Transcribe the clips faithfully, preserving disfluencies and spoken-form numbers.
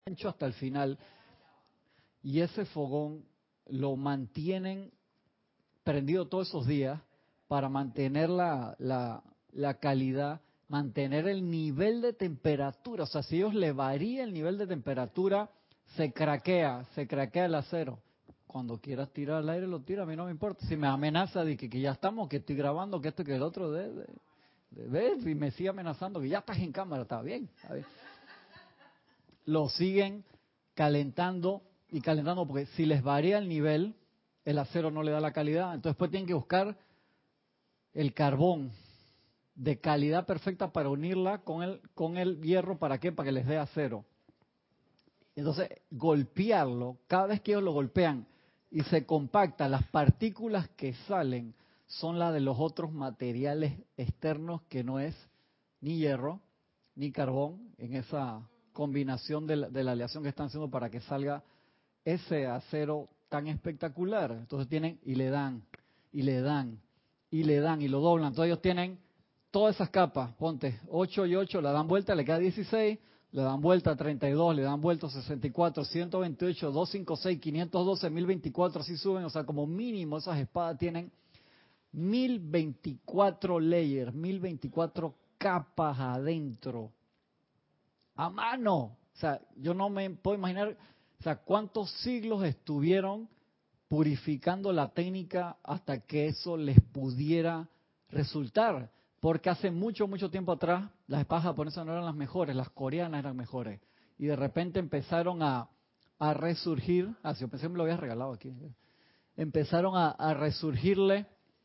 ancho hasta el final. Y ese fogón lo mantienen prendido todos esos días para mantener la, la, la calidad, mantener el nivel de temperatura. O sea, si ellos le varía el nivel de temperatura, se craquea, se craquea el acero. Cuando quieras tirar al aire, lo tira, a mí no me importa. Si me amenaza de que, que ya estamos, que estoy grabando, que esto y que el otro, de, de, de, ¿ves? Y me sigue amenazando, que ya estás en cámara, está bien, está bien. Lo siguen calentando y calentando, porque si les varía el nivel, el acero no le da la calidad. Entonces después tienen que buscar el carbón de calidad perfecta para unirla con el, con el hierro. ¿Para qué? Para que les dé acero. Entonces, golpearlo, cada vez que ellos lo golpean y se compacta, las partículas que salen son las de los otros materiales externos, que no es ni hierro ni carbón, en esa combinación de la, de la aleación que están haciendo para que salga ese acero tan espectacular. Entonces tienen, y le dan, y le dan, y le dan, y lo doblan. Entonces ellos tienen todas esas capas, ponte, ocho y ocho, la dan vuelta, le queda dieciséis, le dan vuelta a treinta y dos, le dan vuelta a sesenta y cuatro, ciento veintiocho, doscientos cincuenta y seis, quinientos doce, mil veinticuatro, así suben. O sea, como mínimo esas espadas tienen mil veinticuatro layers, mil veinticuatro capas adentro, a mano. O sea, yo no me puedo imaginar, o sea, cuántos siglos estuvieron purificando la técnica hasta que eso les pudiera resultar. Porque hace mucho, mucho tiempo atrás las espadas japonesas no eran las mejores, las coreanas eran mejores. Y de repente empezaron a, a resurgir, ah, si yo pensé que me lo habías regalado aquí, empezaron a, a resurgirle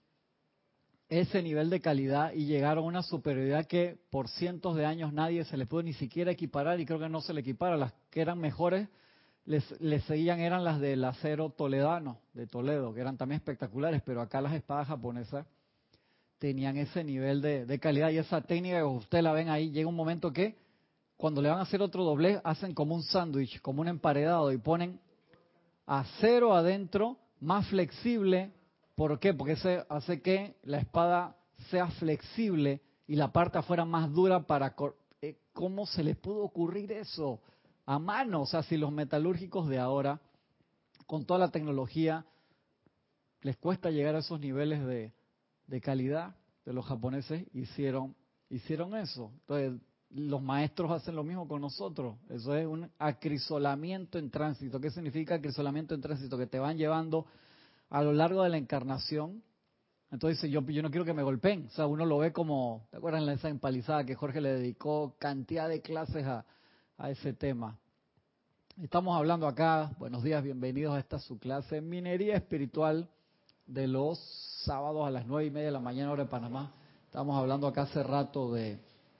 ese nivel de calidad y llegaron a una superioridad que por cientos de años nadie se le pudo ni siquiera equiparar, y creo que no se le equipara. Las que eran mejores les, les seguían eran las del acero toledano, de Toledo, que eran también espectaculares, pero acá las espadas japonesas tenían ese nivel de, de calidad y esa técnica que usted la ven ahí. Llega un momento que cuando le van a hacer otro doblez, hacen como un sándwich, como un emparedado, y ponen acero adentro, más flexible. ¿Por qué? Porque ese hace que la espada sea flexible y la parte afuera más dura para... Eh, ¿Cómo se les pudo ocurrir eso? A mano. O sea, si los metalúrgicos de ahora, con toda la tecnología, les cuesta llegar a esos niveles de, de calidad de los japoneses, hicieron, hicieron eso. Entonces, los maestros hacen lo mismo con nosotros. Eso es un acrisolamiento en tránsito. ¿Qué significa acrisolamiento en tránsito? Que te van llevando a lo largo de la encarnación. Entonces yo, yo no quiero que me golpeen. O sea, uno lo ve como, ¿te acuerdas de esa empalizada que Jorge le dedicó cantidad de clases a, a ese tema? Estamos hablando acá, buenos días, bienvenidos a esta su clase, Minería Espiritual, de los sábados a las nueve y media de la mañana, hora de Panamá. Estamos hablando acá hace rato de,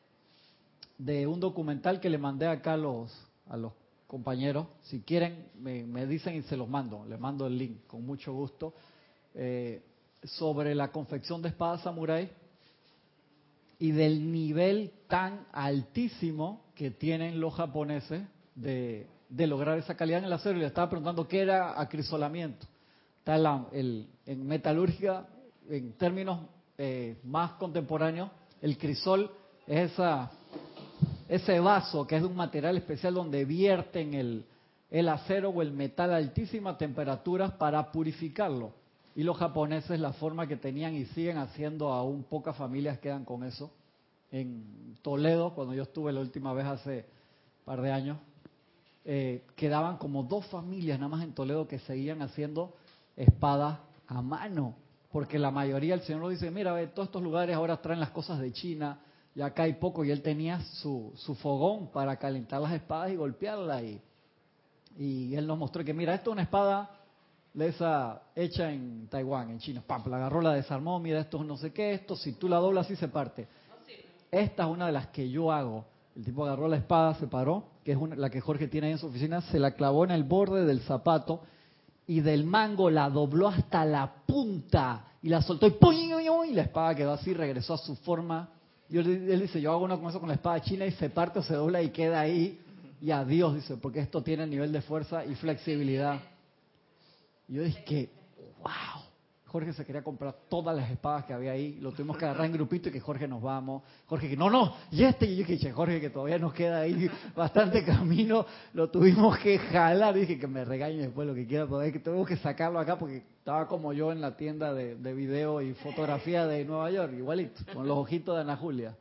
de un documental que le mandé acá a los, a los compañeros. Si quieren, me, me dicen y se los mando. Les mando el link con mucho gusto. Eh, sobre la confección de espadas samurái y del nivel tan altísimo que tienen los japoneses de, de lograr esa calidad en el acero. Y le estaba preguntando qué era acrisolamiento. Está la, el, en metalúrgica, en términos eh, más contemporáneos, el crisol es esa, ese vaso que es de un material especial donde vierten el, el acero o el metal a altísimas temperaturas para purificarlo. Y los japoneses, la forma que tenían y siguen haciendo, aún pocas familias quedan con eso. En Toledo, cuando yo estuve la última vez hace un par de años, eh, quedaban como dos familias nada más en Toledo que seguían haciendo espadas a mano. Porque la mayoría, el Señor nos dice, mira, ve, todos estos lugares ahora traen las cosas de China, y acá hay poco, y él tenía su, su fogón para calentar las espadas y golpearlas. Y, y él nos mostró que, mira, esto es una espada de esa hecha en Taiwán, en China. Pam, la agarró, la desarmó, mira, esto es no sé qué, esto, si tú la doblas así se parte. Esta es una de las que yo hago. El tipo agarró la espada, se paró, que es una, la que Jorge tiene ahí en su oficina, se la clavó en el borde del zapato y del mango la dobló hasta la punta y la soltó y ¡pum! Y la espada quedó así, regresó a su forma. Y él, él dice, yo hago una con eso con la espada china y se parte o se dobla y queda ahí. Y adiós, dice, porque esto tiene nivel de fuerza y flexibilidad. Y yo dije, wow. Jorge se quería comprar todas las espadas que había ahí, lo tuvimos que agarrar en grupito y que Jorge nos vamos. Jorge que no, no, y este, y yo dije, Jorge que todavía nos queda ahí bastante camino, lo tuvimos que jalar, dije que me regañe después lo que quiera, pero es que tuvimos que sacarlo acá porque estaba como yo en la tienda de, de video y fotografía de Nueva York, igualito, con los ojitos de Ana Julia.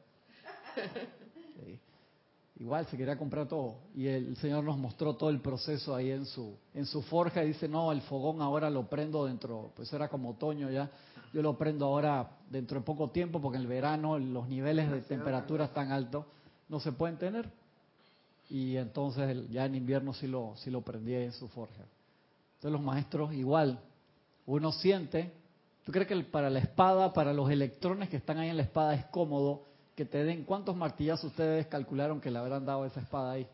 Sí. Igual se quería comprar todo y el Señor nos mostró todo el proceso ahí en su en su forja y dice, no, el fogón ahora lo prendo dentro, pues era como otoño ya, yo lo prendo ahora dentro de poco tiempo porque en el verano los niveles de temperatura tan altos no se pueden tener y entonces ya en invierno sí lo, sí lo prendí ahí en su forja. Entonces los maestros igual, uno siente, ¿tú crees que para la espada, para los electrones que están ahí en la espada es cómodo que te den? ¿Cuántos martillazos ustedes calcularon que le habrán dado a esa espada ahí?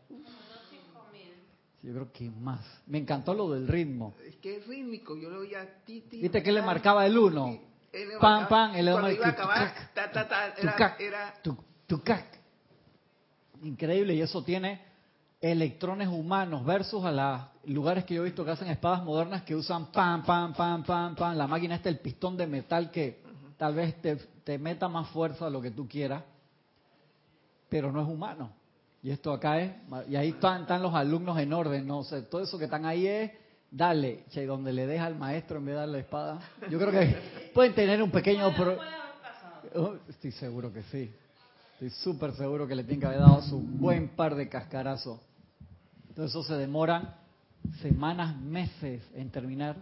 Sí, yo creo que más. Me encantó lo del ritmo. Es que es rítmico, yo lo veía ti, ti, ¿Viste que él le marcaba el uno? Pam, pam, él le cuando daba iba a el acabar, ta, ta, ta, era, era... tucac. Increíble, y eso tiene electrones humanos versus a los lugares que yo he visto que hacen espadas modernas que usan pam, pam, pam, pam, pam. La máquina este, el pistón de metal que tal vez te, te meta más fuerza a lo que tú quieras, pero no es humano. Y esto acá es, y ahí están, están los alumnos en orden, ¿no? O sea, todo eso que están ahí es, dale, che, donde le deja al maestro en vez de darle la espada. Yo creo que pueden tener un pequeño... Pro... Oh, estoy seguro que sí. Estoy súper seguro que le tienen que haber dado su buen par de cascarazos. Entonces eso se demoran semanas, meses en terminar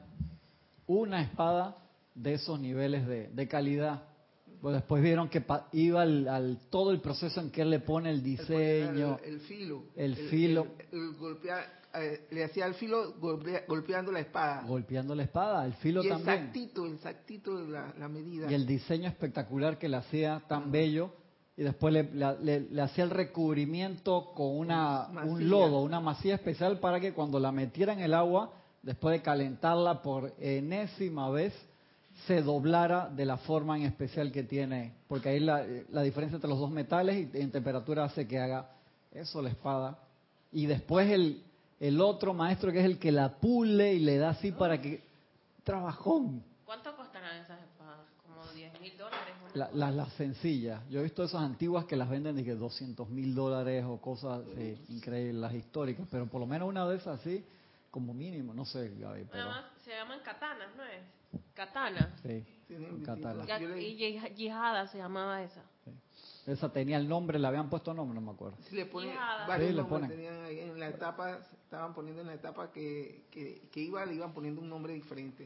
una espada de esos niveles de, de calidad. Pues después vieron que pa, iba al, al todo el proceso en que él le pone el diseño, el, el filo, el, el filo, el, el golpea, eh, le hacía el filo golpea, golpeando la espada, golpeando la espada, el filo y también, exactito, exactito la, la medida, y el diseño espectacular que le hacía tan uh-huh. bello, y después le, le, le hacía el recubrimiento con una un lodo, una masilla especial para que cuando la metiera en el agua, después de calentarla por enésima vez, se doblara de la forma en especial que tiene, porque ahí la, la diferencia entre los dos metales y en temperatura hace que haga eso la espada. Y después el, el otro maestro que es el que la pule y le da así para que... Trabajón. ¿Cuánto costarán esas espadas? ¿Como diez mil dólares? Las la, la sencillas. Yo he visto esas antiguas que las venden de que doscientos mil dólares o cosas eh, increíbles, las históricas, pero por lo menos una de esas así, como mínimo, no sé, Gaby, pero... Además, se llaman katanas, ¿no es? Katana. Sí, katana. Y yihada se llamaba esa. Sí. Esa tenía el nombre, le habían puesto nombre, no me acuerdo. Sí, le ponen Yihada. varios sí, le nombres, ponen. tenían ahí en la etapa, estaban poniendo en la etapa que, que, que iba, le iban poniendo un nombre diferente.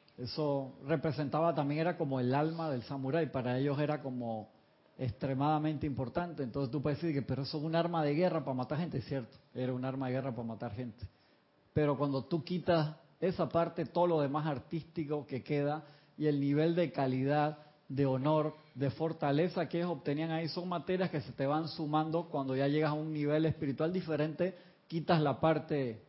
Eso representaba también, era como el alma del samurái, para ellos era como extremadamente importante. Entonces tú puedes decir que, pero eso es un arma de guerra para matar gente, es cierto, era un arma de guerra para matar gente. Pero cuando tú quitas esa parte, todo lo demás artístico que queda y el nivel de calidad, de honor, de fortaleza que ellos obtenían ahí, son materias que se te van sumando cuando ya llegas a un nivel espiritual diferente, quitas la parte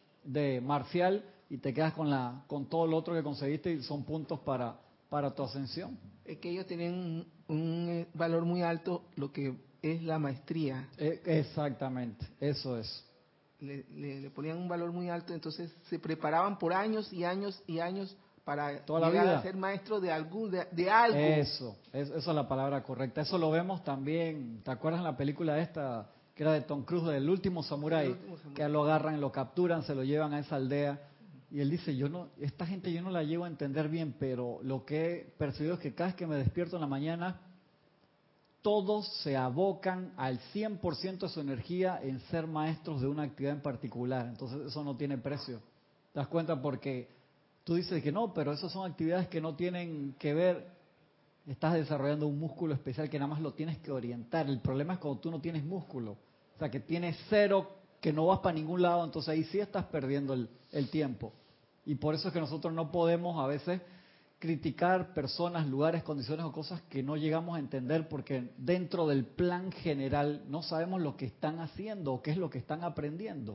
de marcial y te quedas con la con todo lo otro que conseguiste y son puntos para, para tu ascensión. Es que ellos tienen un, un valor muy alto, lo que es la maestría. Eh, exactamente, eso es. Le, le, le ponían un valor muy alto, entonces se preparaban por años y años y años para toda la llegar vida a ser maestro de algún de, de algo. Eso, es, eso es la palabra correcta. Eso lo vemos también. ¿Te acuerdas en la película esta que era de Tom Cruise, del último samurái? Que lo agarran, lo capturan, se lo llevan a esa aldea y él dice, yo no, esta gente yo no la llevo a entender bien, pero lo que he percibido es que cada vez que me despierto en la mañana, todos se abocan al cien por ciento de su energía en ser maestros de una actividad en particular. Entonces eso no tiene precio. ¿Te das cuenta? Porque tú dices que no, pero esas son actividades que no tienen que ver. Estás desarrollando un músculo especial que nada más lo tienes que orientar. El problema es cuando tú no tienes músculo. O sea, que tienes cero, que no vas para ningún lado, entonces ahí sí estás perdiendo el, el tiempo. Y por eso es que nosotros no podemos a veces criticar personas, lugares, condiciones o cosas que no llegamos a entender porque dentro del plan general no sabemos lo que están haciendo o qué es lo que están aprendiendo.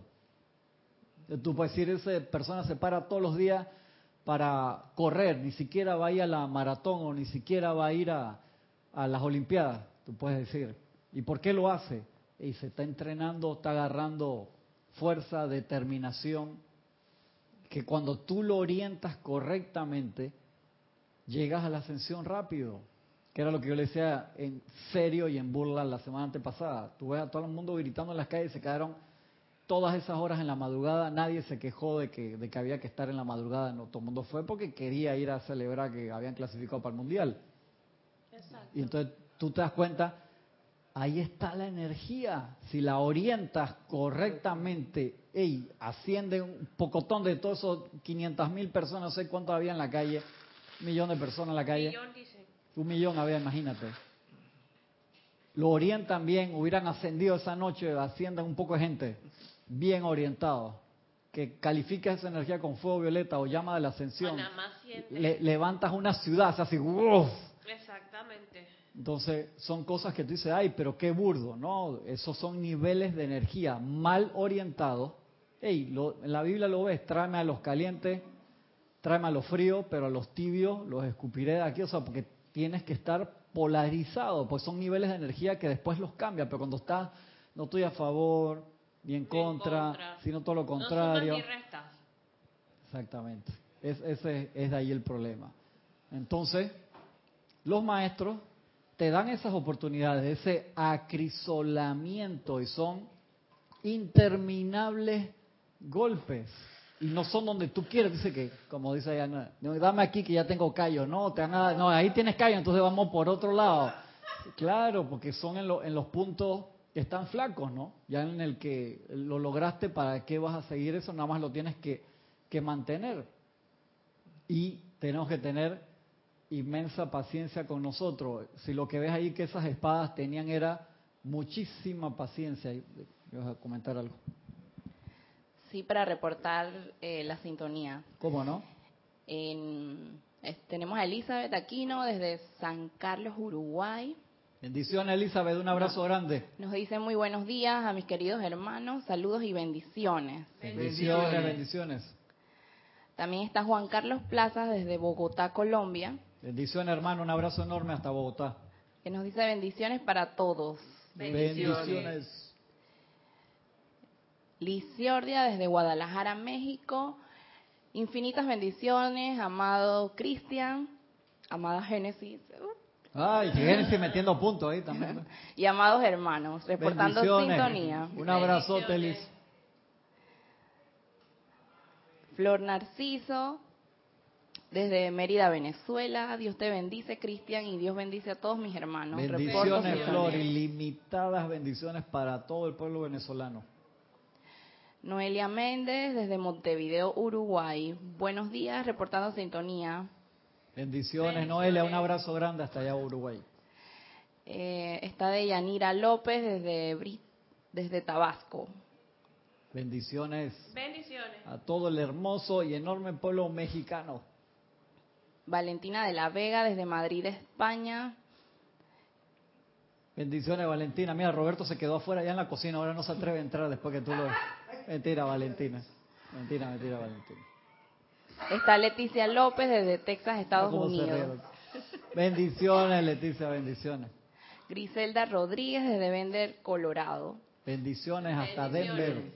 Tú puedes decir, esa persona se para todos los días para correr, ni siquiera va a ir a la maratón o ni siquiera va a ir a, a las Olimpiadas, tú puedes decir. ¿Y por qué lo hace? Y se está entrenando, está agarrando fuerza, determinación, que cuando tú lo orientas correctamente, llegas a la ascensión rápido. Que era lo que yo le decía en serio y en burla la semana antepasada. Tú ves a todo el mundo gritando en las calles, se quedaron todas esas horas en la madrugada, nadie se quejó de que, de que había que estar en la madrugada, no, todo el mundo fue porque quería ir a celebrar que habían clasificado para el Mundial. Exacto. Y entonces tú te das cuenta, ahí está la energía, si la orientas correctamente, ey, asciende un pocotón de todos esos quinientas mil personas, no sé cuánto había en la calle, un millón de personas en la calle. Millón, dicen. Un millón había, imagínate. Lo orientan bien, hubieran ascendido esa noche, ascienden un poco de gente, bien orientados, que califica esa energía con fuego violeta o llama de la ascensión. Nada más siente. Le, levantas una ciudad, se hace ¡uf! Exactamente. Entonces, son cosas que tú dices, ay, pero qué burdo, ¿no? Esos son niveles de energía mal orientados. Ey, lo, en la Biblia lo ves, tráeme a los calientes, tráeme a los fríos, pero a los tibios los escupiré de aquí, o sea, porque tienes que estar polarizado, pues son niveles de energía que después los cambian, pero cuando estás, no estoy a favor, ni en, Ni en contra, contra. sino todo lo No contrario. sumas ni restas. Exactamente. Es, ese es de ahí el problema. Entonces, los maestros te dan esas oportunidades, ese acrisolamiento, y son interminables golpes. Y no son donde tú quieres, dice que, como dice allá, no, dame aquí que ya tengo callo, no, te van a, no, ahí tienes callo, entonces vamos por otro lado. Claro, porque son en, lo, en los puntos que están flacos, ¿no? Ya en el que lo lograste, ¿para qué vas a seguir eso? Nada más lo tienes que, que mantener. Y tenemos que tener inmensa paciencia con nosotros. Si lo que ves ahí que esas espadas tenían era muchísima paciencia. ¿Vas a comentar algo? Sí, para reportar eh, la sintonía. ¿Cómo no? En, es- tenemos a Elizabeth Aquino desde San Carlos, Uruguay. Bendiciones, Elizabeth, un abrazo grande. Nos dice muy buenos días a mis queridos hermanos, saludos y bendiciones. Bendiciones, bendiciones. También está Juan Carlos Plazas desde Bogotá, Colombia, Bendiciones, hermano, un abrazo enorme hasta Bogotá. que nos dice bendiciones para todos. Bendiciones. Liciordia desde Guadalajara, México. Infinitas bendiciones, amado Cristian, amada Génesis uh, Ay, que Génesis metiendo puntos ahí también. y amados hermanos, reportando Bendiciones. sintonía. Un abrazote, Liz. Bendiciones. Flor Narciso, desde Mérida, Venezuela. Dios te bendice, Cristian, y Dios bendice a todos mis hermanos. Reporto Bendiciones, sintonía. Flor, ilimitadas bendiciones para todo el pueblo venezolano. Noelia Méndez, desde Montevideo, Uruguay. Buenos días, reportando sintonía. Bendiciones, Bendiciones. Noelia, un abrazo grande hasta allá, Uruguay. Eh, está de Yanira López, desde, Bri- desde Tabasco. Bendiciones Bendiciones. a todo el hermoso y enorme pueblo mexicano. Valentina de la Vega, desde Madrid, España. Bendiciones, Valentina. Mira, Roberto se quedó afuera allá en la cocina, ahora no se atreve a entrar después que tú lo... Mentira, Valentina. Mentira, mentira, Valentina. Está Leticia López, desde Texas, Estados Mira cómo se ríe. Unidos. Bendiciones, Leticia, bendiciones. Griselda Rodríguez, desde Denver, Colorado. Bendiciones hasta Bendiciones. Denver.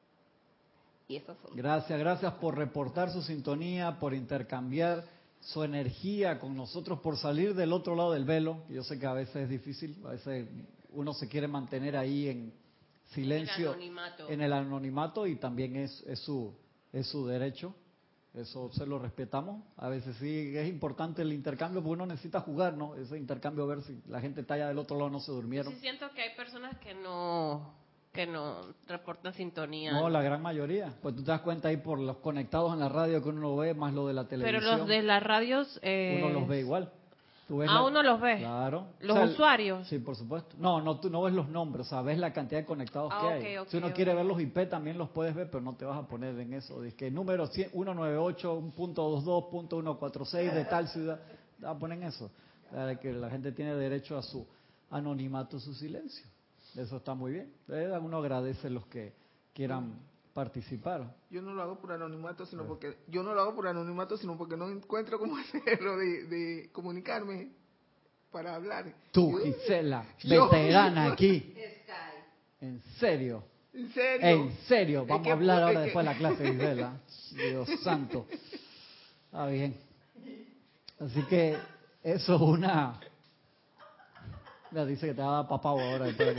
Y esas son. Gracias, gracias por reportar su sintonía, por intercambiar su energía con nosotros, por salir del otro lado del velo. Yo sé que a veces es difícil, a veces uno se quiere mantener ahí en silencio, El anonimato. en el anonimato, y también es, es su es su derecho. Eso se lo respetamos. A veces sí es importante el intercambio porque uno necesita jugar, ¿no? Ese intercambio, ver si la gente está allá del otro lado, no se durmieron. Sí siento que hay personas que no que no reportan sintonía. No, la gran mayoría. Pues tú te das cuenta ahí por los conectados en la radio que uno lo ve, más lo de la televisión. Pero los de las radios... Eh... Uno los ve igual. Tú ves Ah, la- uno los ve. Claro. Los O sea, usuarios. Sí, por supuesto. No, no, tú no ves los nombres, o sea, ves la cantidad de conectados Ah, que ok, hay. ok, si uno ok. quiere ver los I P también los puedes ver, pero no te vas a poner en eso. Dice que número cien, ciento noventa y ocho punto veintidós punto ciento cuarenta y seis de tal ciudad. Te vas a poner en eso. O sea, que la gente tiene derecho a su anonimato, su silencio. Eso está muy bien. Eh, Uno agradece los que quieran participar. Yo no lo hago por anonimato, sino porque yo no lo hago por anonimato, sino porque no encuentro cómo hacerlo de, de comunicarme para hablar. Tú, Yo- Gisela, yo- veterana aquí. En serio. ¿En serio? En serio. Es Vamos que- a hablar es ahora que- después de la clase, Gisela. Dios santo. Está bien. Así que eso es una... Ya dice que te va a dar papá ahora. Después.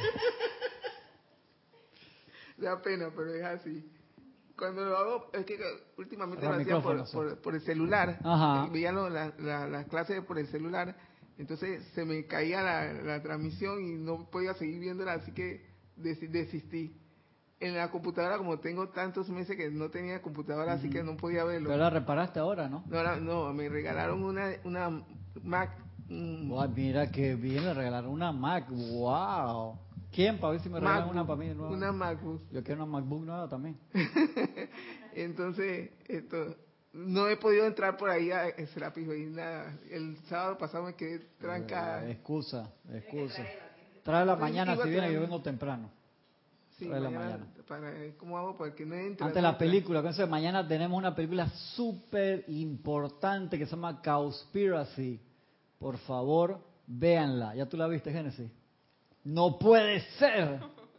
Da pena, pero es así. Cuando lo hago, es que últimamente Agarra lo hacía por, micrófono, sí. por, por el celular. Ajá. Veía lo- la- la- las clases por el celular. Entonces se me caía la, la transmisión y no podía seguir viéndola, así que desi- desistí. En la computadora, como tengo tantos meses que no tenía computadora, así que no podía verlo. Pero la reparaste ahora, ¿no? No, la- no, me regalaron una, una Mac. mm, Guau, mira que bien, le regalaron una Mac. ¡Wow! ¿Quién? Para ver si me regalan una para mí de MacBook, nuevo. una MacBook. Yo quiero una MacBook nueva también. Entonces, esto, no he podido entrar por ahí a Serapis Bay, nada. El sábado pasado me quedé trancada. Eh, excusa, excusa. Trae la mañana Iba a si viene, traer- yo vengo temprano. Sí, trae la mañana, mañana. para, ¿cómo hago para que no entre? Antes de la película, con eso, mañana tenemos una película súper importante que se llama Cowspiracy. Por favor, véanla. ¿Ya tú la viste, Génesis? ¡No puede ser!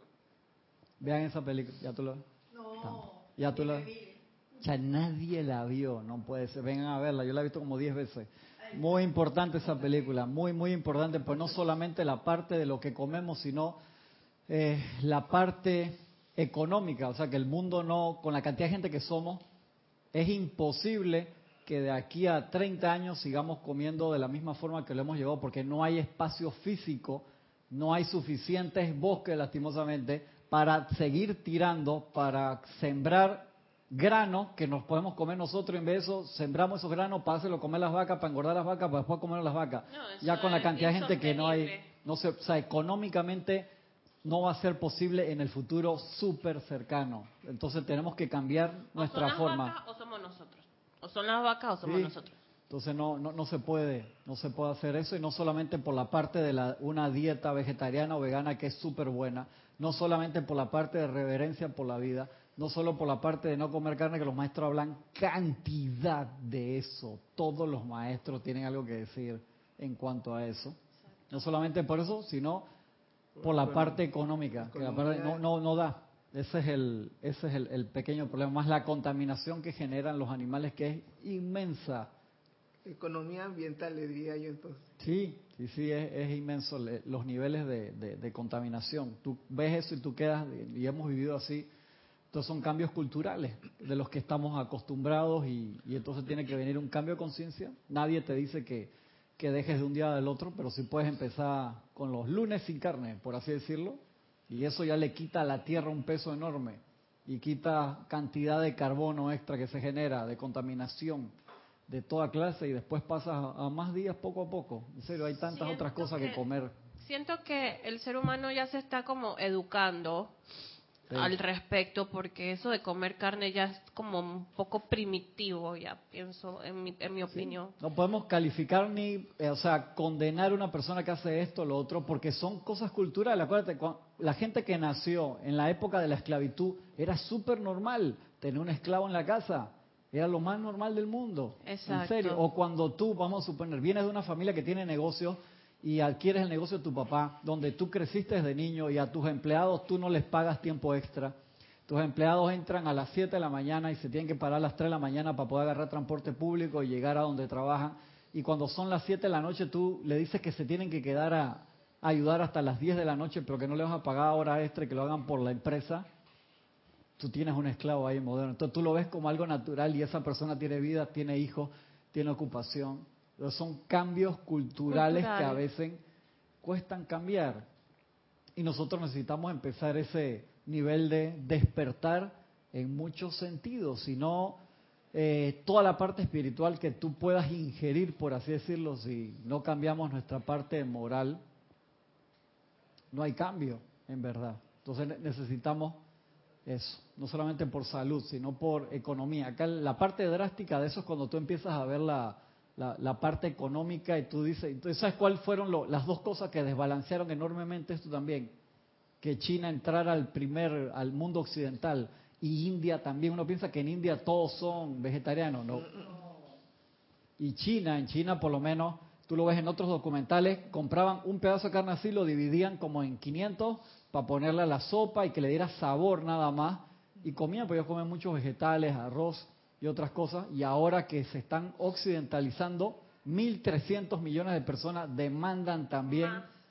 Vean esa película. ¿Ya tú la No. ¿Ya tú la O sea, nadie la vio. No puede ser. Vengan a verla. Yo la he visto como diez veces. Muy importante esa película. Muy, muy importante. Pues no solamente la parte de lo que comemos, sino eh, la parte económica. O sea, que el mundo no, con la cantidad de gente que somos, es imposible que de aquí a treinta años sigamos comiendo de la misma forma que lo hemos llevado, porque no hay espacio físico, no hay suficientes bosques, lastimosamente, para seguir tirando, para sembrar granos que nos podemos comer nosotros. En vez de eso, sembramos esos granos para hacerlo comer las vacas, para engordar las vacas, para después comer las vacas. No, eso Ya con la es cantidad de gente que no hay, insostenible. no se, o sea, económicamente no va a ser posible en el futuro súper cercano. Entonces tenemos que cambiar nuestra o son forma. las vacas o somos nosotros. O son las vacas o somos Sí. nosotros. Entonces no, no no se puede no se puede hacer eso, y no solamente por la parte de la, una dieta vegetariana o vegana que es súper buena, no solamente por la parte de reverencia por la vida, no solo por la parte de no comer carne, que los maestros hablan cantidad de eso. Todos los maestros tienen algo que decir en cuanto a eso. No solamente por eso, sino por la parte económica, que la parte no, no, no da. Ese es el ese es el, el pequeño problema, más la contaminación que generan los animales, que es inmensa. Economía ambiental, le diría yo entonces. Sí, sí, sí, es, es inmenso le- los niveles de, de- de contaminación. Tú ves eso y tú quedas, y hemos vivido así. Entonces son cambios culturales de los que estamos acostumbrados, y, y entonces tiene que venir un cambio de conciencia. Nadie te dice que, que dejes de un día del otro, pero sí puedes empezar con los lunes sin carne, por así decirlo, y eso ya le quita a la tierra un peso enorme y quita cantidad de carbono extra que se genera, de contaminación de toda clase, y después pasas a, a más días poco a poco. En serio, hay tantas Siento otras cosas que, que- comer. Siento que el ser humano ya se está como educando Sí. al respecto, porque eso de comer carne ya es como un poco primitivo, ya pienso, en mi, en mi opinión. No podemos calificar ni, eh, o sea, condenar a una persona que hace esto o lo otro, porque son cosas culturales. Acuérdate, cua- la gente que nació en la época de la esclavitud era súper normal tener un esclavo en la casa. Era lo más normal del mundo. Exacto. En serio. O cuando tú, vamos a suponer, vienes de una familia que tiene negocios y adquieres el negocio de tu papá, donde tú creciste desde niño, y a tus empleados tú no les pagas tiempo extra. Tus empleados entran a las siete de la mañana y se tienen que parar a las tres de la mañana para poder agarrar transporte público y llegar a donde trabajan. Y cuando son las siete de la noche tú le dices que se tienen que quedar a, a ayudar hasta las diez de la noche, pero que no le vas a pagar hora extra y que lo hagan por la empresa. Tú tienes un esclavo ahí moderno. Entonces tú lo ves como algo natural, y esa persona tiene vida, tiene hijos, tiene ocupación. Entonces son cambios culturales Cultural. que a veces cuestan cambiar. Y nosotros necesitamos empezar ese nivel de despertar en muchos sentidos, sino eh, toda la parte espiritual que tú puedas ingerir, por así decirlo. Si no cambiamos nuestra parte moral, no hay cambio, en verdad. Entonces ne- necesitamos eso, no solamente por salud, sino por economía. Acá la parte drástica de eso es cuando tú empiezas a ver la, la, la parte económica, y tú dices, entonces, ¿sabes cuáles fueron lo- las dos cosas que desbalancearon enormemente esto también? Que China entrara al primer, al mundo occidental, y India también. Uno piensa que en India todos son vegetarianos, ¿no? Y China, en China por lo menos, tú lo ves en otros documentales, compraban un pedazo de carne así, lo dividían como en quinientos para ponerle a la sopa y que le diera sabor nada más, y comían, porque ellos comen muchos vegetales, arroz y otras cosas. Y ahora que se están occidentalizando, mil trescientos millones de personas demandan también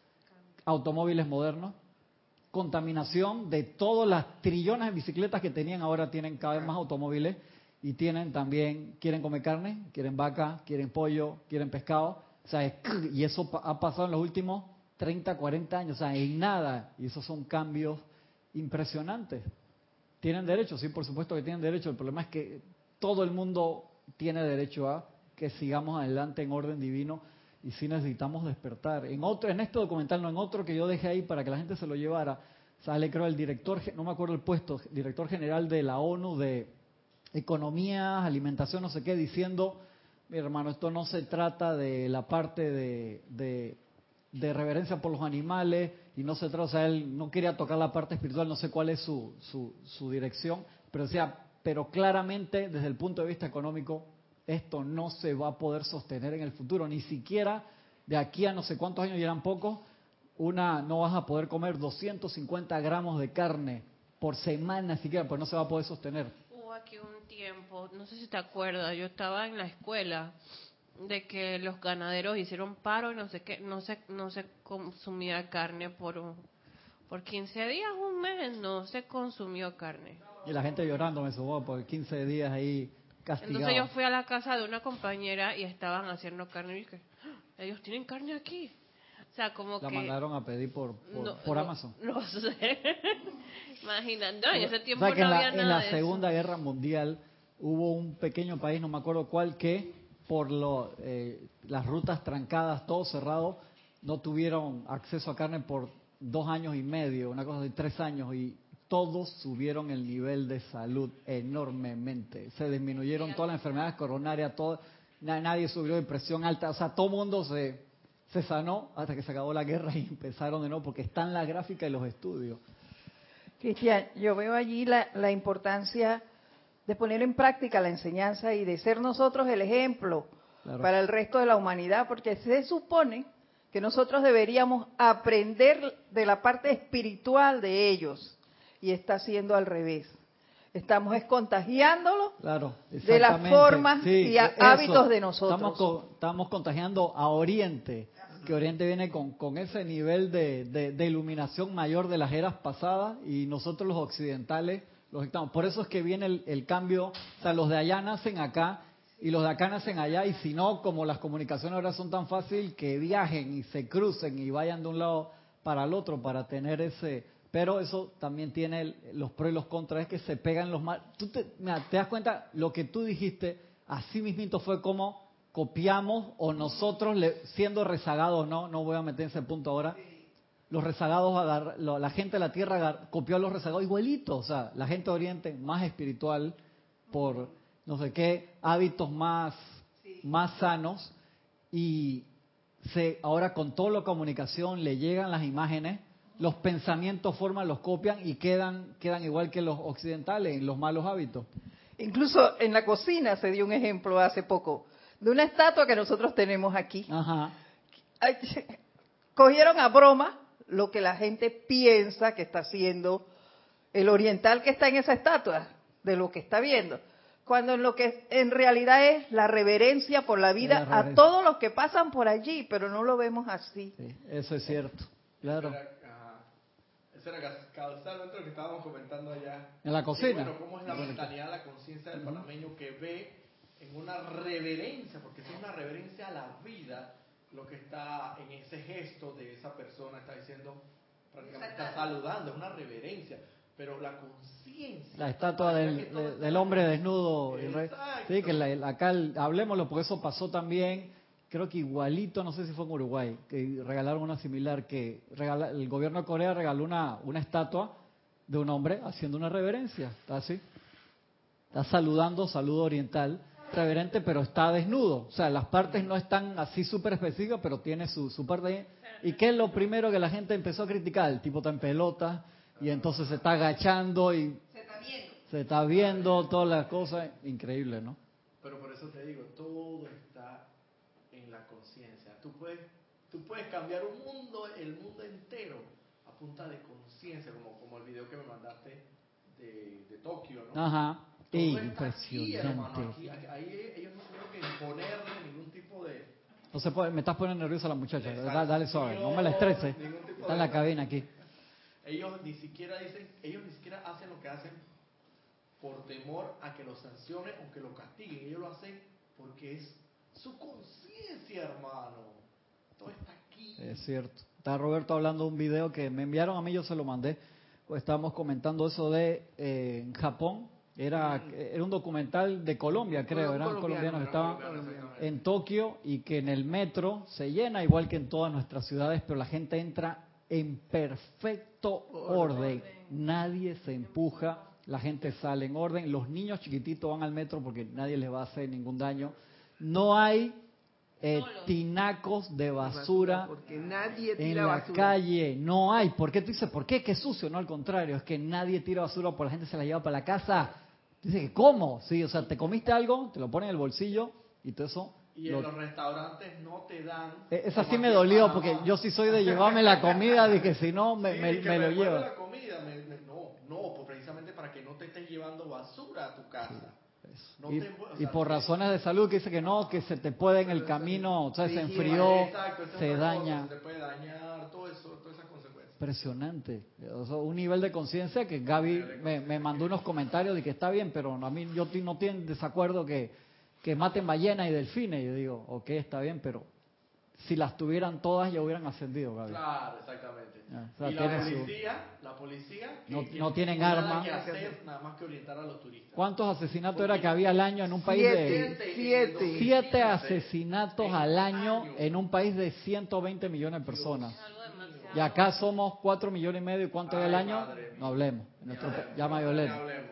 automóviles modernos. Contaminación de todas las trillones de bicicletas que tenían, ahora tienen cada vez más automóviles y tienen también, quieren comer carne, quieren vaca, quieren pollo, quieren pescado. O sea, es, y eso ha pasado en los últimos treinta, cuarenta años, o sea, en nada. Y esos son cambios impresionantes. ¿Tienen derecho? Sí, por supuesto que tienen derecho. El problema es que todo el mundo tiene derecho a que sigamos adelante en orden divino y sí necesitamos despertar. En otro, en este documental, no en otro que yo dejé ahí para que la gente se lo llevara, sale creo el director, no me acuerdo el puesto, director general de la ONU de Economía, Alimentación, no sé qué, diciendo, mi hermano, esto no se trata de la parte de, de, de reverencia por los animales y no se trata, o sea, él no quería tocar la parte espiritual, no sé cuál es su, su, su dirección, pero decía, pero claramente desde el punto de vista económico, esto no se va a poder sostener en el futuro, ni siquiera de aquí a no sé cuántos años, y eran pocos, una, no vas a poder comer doscientos cincuenta gramos de carne por semana siquiera, pues no se va a poder sostener. Hubo aquí un tiempo, no sé si te acuerdas, yo estaba en la escuela, de que los ganaderos hicieron paro y no sé qué, no se, no se consumía carne por un, por quince días, un mes, no se consumió carne. Y la gente llorando me subo por quince días ahí castigado. Entonces yo fui a la casa de una compañera y estaban haciendo carne y dije, ¡ah! Ellos tienen carne aquí. O sea, como la que... La mandaron a pedir por, por, no, por no, Amazon. No sé. Imagínate, no, en ese tiempo o sea, que no en había la, nada en la de Segunda eso. Guerra Mundial hubo un pequeño país, no me acuerdo cuál, que por lo, eh, las rutas trancadas, todo cerrado, no tuvieron acceso a carne por dos años y medio, una cosa de tres años, y todos subieron el nivel de salud enormemente. Se disminuyeron todas las enfermedades coronarias, todo, nadie subió de presión alta, o sea, todo el mundo se, se sanó hasta que se acabó la guerra y empezaron de nuevo, porque está en la gráfica y los estudios. Cristian, yo veo allí la, la importancia de poner en práctica la enseñanza y de ser nosotros el ejemplo claro. para el resto de la humanidad, porque se supone que nosotros deberíamos aprender de la parte espiritual de ellos y está siendo al revés. Estamos es contagiándolo claro, de las formas sí, y a, hábitos de nosotros. Estamos, co estamos contagiando a Oriente, que Oriente viene con, con ese nivel de, de, de iluminación mayor de las eras pasadas y nosotros los occidentales los estamos. Por eso es que viene el, el cambio, o sea, los de allá nacen acá y los de acá nacen allá, y si no, como las comunicaciones ahora son tan fáciles, que viajen y se crucen y vayan de un lado para el otro para tener ese... Pero eso también tiene el, los pros y los contras, es que se pegan los mal. Tú te, mira, te das cuenta, lo que tú dijiste, así mismito fue como copiamos o nosotros, le, siendo rezagados, no no voy a meter ese punto ahora, los rezagados, agar, lo, la gente de la tierra agar, copió a los rezagados igualito, o sea, la gente de Oriente más espiritual, por no sé qué, hábitos más, más sanos, y se ahora con toda la comunicación le llegan las imágenes, los pensamientos forman, los copian y quedan quedan igual que los occidentales en los malos hábitos. Incluso en la cocina se dio un ejemplo hace poco de una estatua que nosotros tenemos aquí. Ajá. Cogieron a broma lo que la gente piensa que está haciendo el oriental que está en esa estatua, de lo que está viendo, cuando en lo que en realidad es la reverencia por la vida la reverencia. a todos los que pasan por allí, pero no lo vemos así. Sí, eso es cierto, claro. Eso era causalmente lo que estábamos comentando allá. En la cocina. Y bueno, cómo es la mentalidad, la conciencia del panameño que ve en una reverencia, porque es una reverencia a la vida, lo que está en ese gesto de esa persona, está diciendo, prácticamente está saludando, es una reverencia, pero la conciencia... La estatua del, de, del hombre desnudo. Sí, que la, acá el, hablemoslo, porque eso pasó también, creo que igualito, no sé si fue en Uruguay, que regalaron una similar, que regala, el gobierno de Corea regaló una, una estatua de un hombre haciendo una reverencia, está así, está saludando, saludo oriental, reverente, pero está desnudo, o sea, las partes no están así súper específicas, pero tiene su, su parte ahí. ¿Y qué es lo primero que la gente empezó a criticar? El tipo está en pelota y entonces se está agachando y se está viendo, se está viendo todas las cosas, increíble, ¿no? Pero por eso te digo, todo está en la conciencia. Tú puedes, tú puedes cambiar un mundo, el mundo entero, a punta de conciencia, como, como el video que me mandaste de, de Tokio, ¿no? Ajá. Todo Sí, está impresionante. aquí, hermano. Aquí, ahí ellos no tuvieron que imponerle ningún tipo de, No se puede, me estás poniendo nerviosa la muchacha. Dale, dale suave, no me la estrese. Está en la cabina aquí. Ellos ni siquiera dicen, ellos ni siquiera hacen lo que hacen por temor a que los sancione o que lo castiguen. Ellos lo hacen porque es su conciencia, hermano. Todo está aquí. Es cierto. Está Roberto hablando de un video que me enviaron a mí, yo se lo mandé. Pues estábamos comentando eso de eh, en Japón. Era, mm. era un documental de Colombia, creo. Eran colombianos que estaban en Tokio y que en el metro se llena igual que en todas nuestras ciudades, pero la gente entra en perfecto orden. Nadie se empuja, la gente sale en orden. Los niños chiquititos van al metro porque nadie les va a hacer ningún daño. No hay eh, tinacos de basura porque nadie tira en la basura. calle. No hay. ¿Por qué tú dices, por qué? Qué sucio. No, al contrario, es que nadie tira basura porque la gente se la lleva para la casa. Dice, ¿cómo? Sí, o sea, te comiste algo, te lo pones en el bolsillo y todo eso. Y lo... en los restaurantes no te dan. Esa sí me dolió porque yo sí soy de llevarme la comida, dije, si no, me, sí, me, que me me lo llevo. la comida, me, me, no, no, pues precisamente para que no te estés llevando basura a tu casa. Sí, no y, te, o sea, y por razones de salud que dice que no, que se te puede en el camino, o sea, se enfrió, exacto, se daña. Cosa, se te puede dañar, todo eso, todas esas consecuencias. Impresionante. O sea, un nivel de conciencia que Gaby me, me mandó unos comentarios de que está bien, pero a mí yo no tiene desacuerdo que, que maten ballenas y delfines. Y yo digo, ok, está bien, pero si las tuvieran todas ya hubieran ascendido, Gaby. Claro, exactamente. Ya, o sea, y la policía, su... la policía que, no, que no no tienen nada armas. Que hacer, nada más que orientar a los turistas. ¿Cuántos asesinatos Porque era que había al año en un país siete, de siete, siete asesinatos al año en un país de ciento veinte millones de personas? Y acá somos cuatro millones y medio. ¿Y cuánto hay al año? No hablemos. En nuestro, ya, llama a Violeta. hablemos.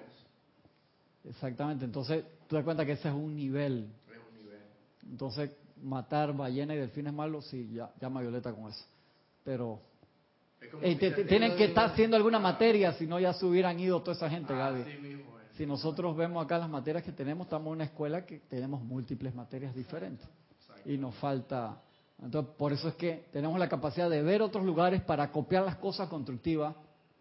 Exactamente. Entonces, tú te das cuenta que ese es un nivel. Es un nivel. Entonces, matar ballenas y delfines malos, sí, ya, llama a Violeta con eso. Pero hey, te, te, tienen que estar haciendo alguna materia, si no ya se hubieran ido toda esa gente, Gaby. Así mismo es. Si nosotros vemos acá las materias que tenemos, estamos en una escuela que tenemos múltiples materias diferentes. Y nos falta... Entonces, por eso es que tenemos la capacidad de ver otros lugares para copiar las cosas constructivas.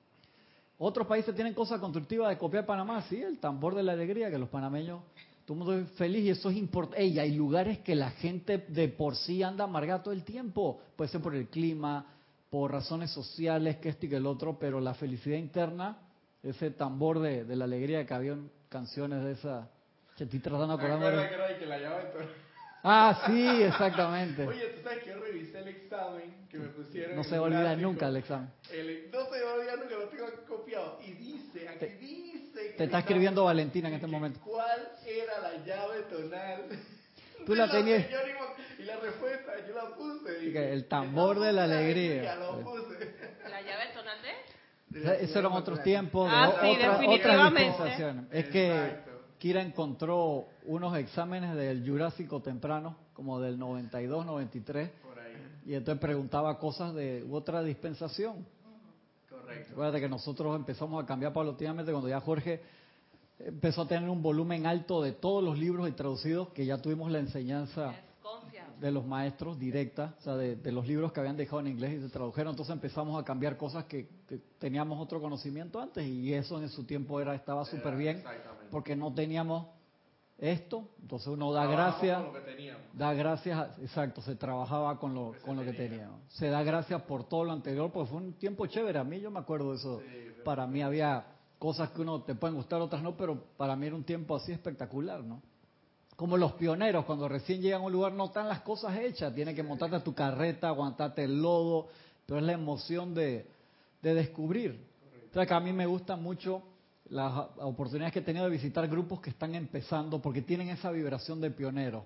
Otros países tienen cosas constructivas de copiar Panamá, sí, el tambor de la alegría, que los panameños, todo el mundo es feliz y eso es importante. Ey, hay lugares que la gente de por sí anda amargada todo el tiempo. Puede ser por el clima, por razones sociales, que esto y que el otro, pero la felicidad interna, ese tambor de, de la alegría que había en canciones de esa... Que estoy tratando de acordarme. ¿Te acuerdas que era de que la llave? Ah, sí, exactamente. Oye, ¿tú sabes que yo revisé el examen que me pusieron? No se olvida nunca el examen. El, no se olvida nunca, lo tengo aquí copiado. Y dice, aquí te, dice... Te está escribiendo Valentina en este momento. ¿Cuál era la llave tonal? Tú la tenías. Y la respuesta, yo la puse. Y el tambor de la alegría. Ya lo puse. ¿La llave tonal de? Eso eran otros tiempos, de ah, sí, otra, otras dispensaciones. Es que Exacto. Kira encontró unos exámenes del Jurásico temprano, como del noventa y dos, noventa y tres, por ahí. Y entonces preguntaba cosas de otra dispensación. Correcto. Acuérdate que nosotros empezamos a cambiar paulatinamente cuando ya Jorge empezó a tener un volumen alto de todos los libros y traducidos, que ya tuvimos la enseñanza de los maestros directa, o sea, de, de los libros que habían dejado en inglés y se tradujeron. Entonces empezamos a cambiar cosas que, que teníamos otro conocimiento antes, y eso en su tiempo era estaba súper bien, porque no teníamos esto. Entonces uno da gracias, da gracias, exacto, se trabajaba con lo, con lo que teníamos. Se da gracias por todo lo anterior, porque fue un tiempo chévere. A mí yo me acuerdo de eso. Sí, para mí había cosas que uno te pueden gustar, otras no, pero para mí era un tiempo así espectacular, ¿no? Como los pioneros, cuando recién llegan a un lugar no están las cosas hechas, tienes que montarte a tu carreta, aguantarte el lodo, pero es la emoción de, de descubrir. O sea, que a mí me gustan mucho las oportunidades que he tenido de visitar grupos que están empezando, porque tienen esa vibración de pionero.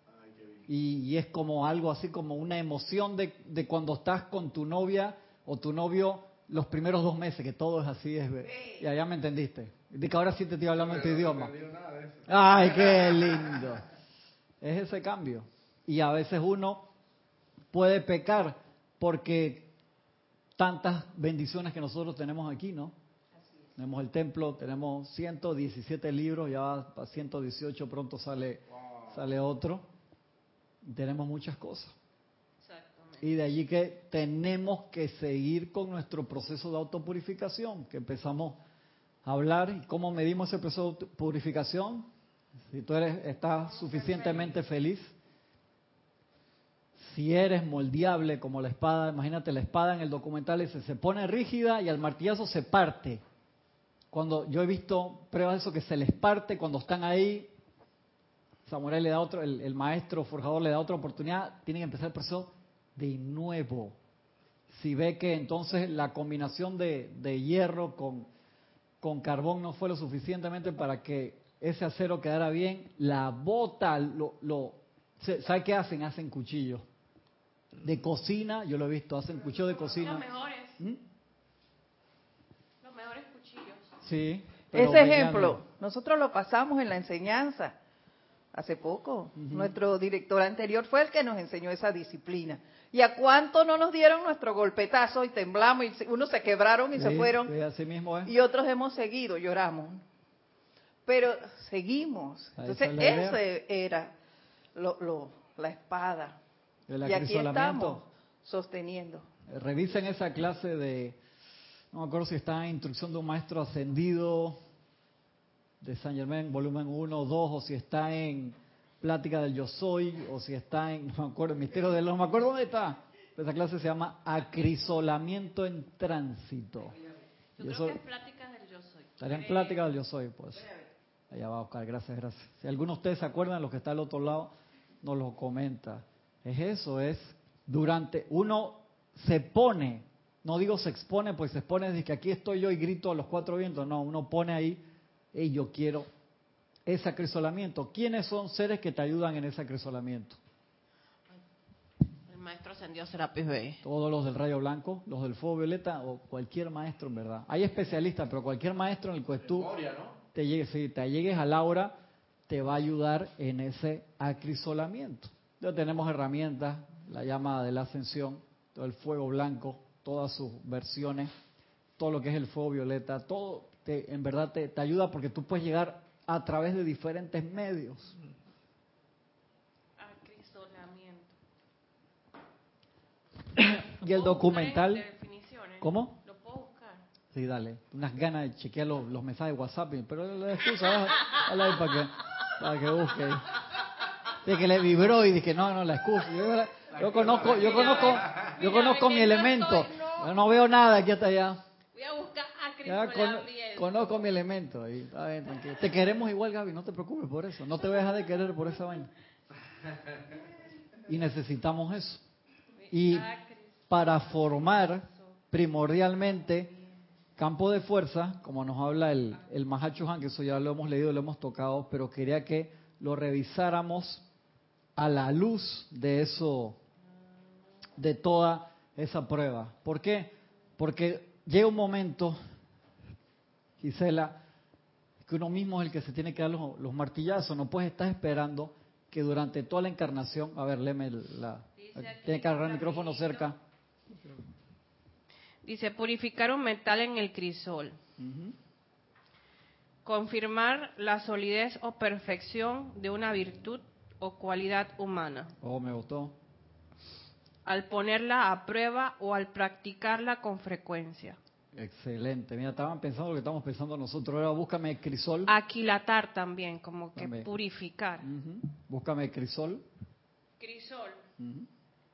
Y, y es como algo así, como una emoción de, de cuando estás con tu novia o tu novio los primeros dos meses, que todo es así. Es, y allá me entendiste. De que ahora sí te estoy hablando en tu idioma. ¡Ay, qué lindo! Es ese cambio. Y a veces uno puede pecar porque tantas bendiciones que nosotros tenemos aquí, ¿no? Tenemos el templo, tenemos ciento diecisiete libros, ya va a ciento dieciocho, pronto sale, sale otro. Tenemos muchas cosas. Y de allí que tenemos que seguir con nuestro proceso de autopurificación, que empezamos a hablar. ¿Y cómo medimos ese proceso de purificación? Si tú eres, estás suficientemente feliz, Si eres moldeable como la espada, imagínate la espada en el documental ese, se pone rígida y al martillazo se parte. Cuando yo he visto pruebas de eso que se les parte cuando están ahí, Samurai le da otro, el, el maestro forjador le da otra oportunidad, tienen que empezar el proceso de nuevo. Si ve que entonces la combinación de, de hierro con, con carbón no fue lo suficientemente para que ese acero quedara bien, la bota, lo, lo, ¿sabe qué hacen? Hacen cuchillos de cocina, yo lo he visto, hacen cuchillos de cocina. Los mejores. ¿Mm? Los mejores cuchillos. Sí. Ese ejemplo, nosotros lo pasamos en la enseñanza hace poco. Uh-huh. Nuestro director anterior fue el que nos enseñó esa disciplina. ¿Y a cuánto no nos dieron nuestro golpetazo y temblamos y unos se quebraron y sí, se fueron? Sí, así mismo es. Y otros hemos seguido, lloramos. Pero seguimos. Entonces ese era lo, lo, la espada. El y aquí estamos sosteniendo. Revisen esa clase de, no me acuerdo si está en Instrucción de un Maestro Ascendido de Saint Germain, volumen uno o dos, o si está en Plática del Yo Soy, o si está en, no me acuerdo, el Misterio del No me acuerdo dónde está. Esa clase se llama Acrisolamiento en Tránsito. Yo creo eso, que es Pláticas del Yo Soy. Estaría en Plática del Yo Soy, pues. Allá va a buscar, gracias, gracias. Si alguno de ustedes se acuerdan, los que está al otro lado, nos lo comenta. Es eso, es durante, uno se pone, no digo se expone, pues se expone desde que aquí estoy yo y grito a los cuatro vientos, no, uno pone ahí, hey, yo quiero ese acrisolamiento. ¿Quiénes son seres que te ayudan en ese acrisolamiento? El maestro ascendió Serapis Bey. Todos los del rayo blanco, los del fuego violeta o cualquier maestro, en verdad. Hay especialistas, pero cualquier maestro en el que tú Memoria, ¿no? te llegues, si te llegues a la hora, te va a ayudar en ese acrisolamiento. Ya tenemos herramientas, la llama de la ascensión, todo el fuego blanco, todas sus versiones, todo lo que es el fuego violeta, todo te, en verdad te, te ayuda porque tú puedes llegar a través de diferentes medios. Acrisolamiento. Y el documental, ¿cómo? Lo puedo buscar. Sí, dale, unas ganas de chequear los, los mensajes de WhatsApp, pero la excusa, dale ahí para que, para que busque. De que le vibró y dije, no, no, la excusa. Yo, yo conozco, yo conozco, yo conozco mi elemento. Yo no veo nada aquí hasta allá. Voy a buscar ya con, conozco mi elemento. Y, está bien, tranquilo. Te queremos igual, Gaby, no te preocupes por eso. No te voy a dejar de querer por esa vaina. Y necesitamos eso. Y para formar primordialmente campo de fuerza, como nos habla el, el Mahacho Han, que eso ya lo hemos leído, lo hemos tocado, pero quería que lo revisáramos a la luz de eso, de toda esa prueba. ¿Por qué? Porque llega un momento, Gisela, que uno mismo es el que se tiene que dar los, los martillazos. No puedes estar esperando que durante toda la encarnación, a ver, léeme la, tiene que agarrar el micrófono cerca. Dice, purificar un metal en el crisol. Uh-huh. Confirmar la solidez o perfección de una virtud o cualidad humana. Oh, me gustó. Al ponerla a prueba o al practicarla con frecuencia. Excelente. Mira, estaban pensando lo que estamos pensando nosotros. Ahora búscame el crisol. Aquilatar también, como que también. Purificar. Uh-huh. Búscame el crisol. Crisol. Uh-huh.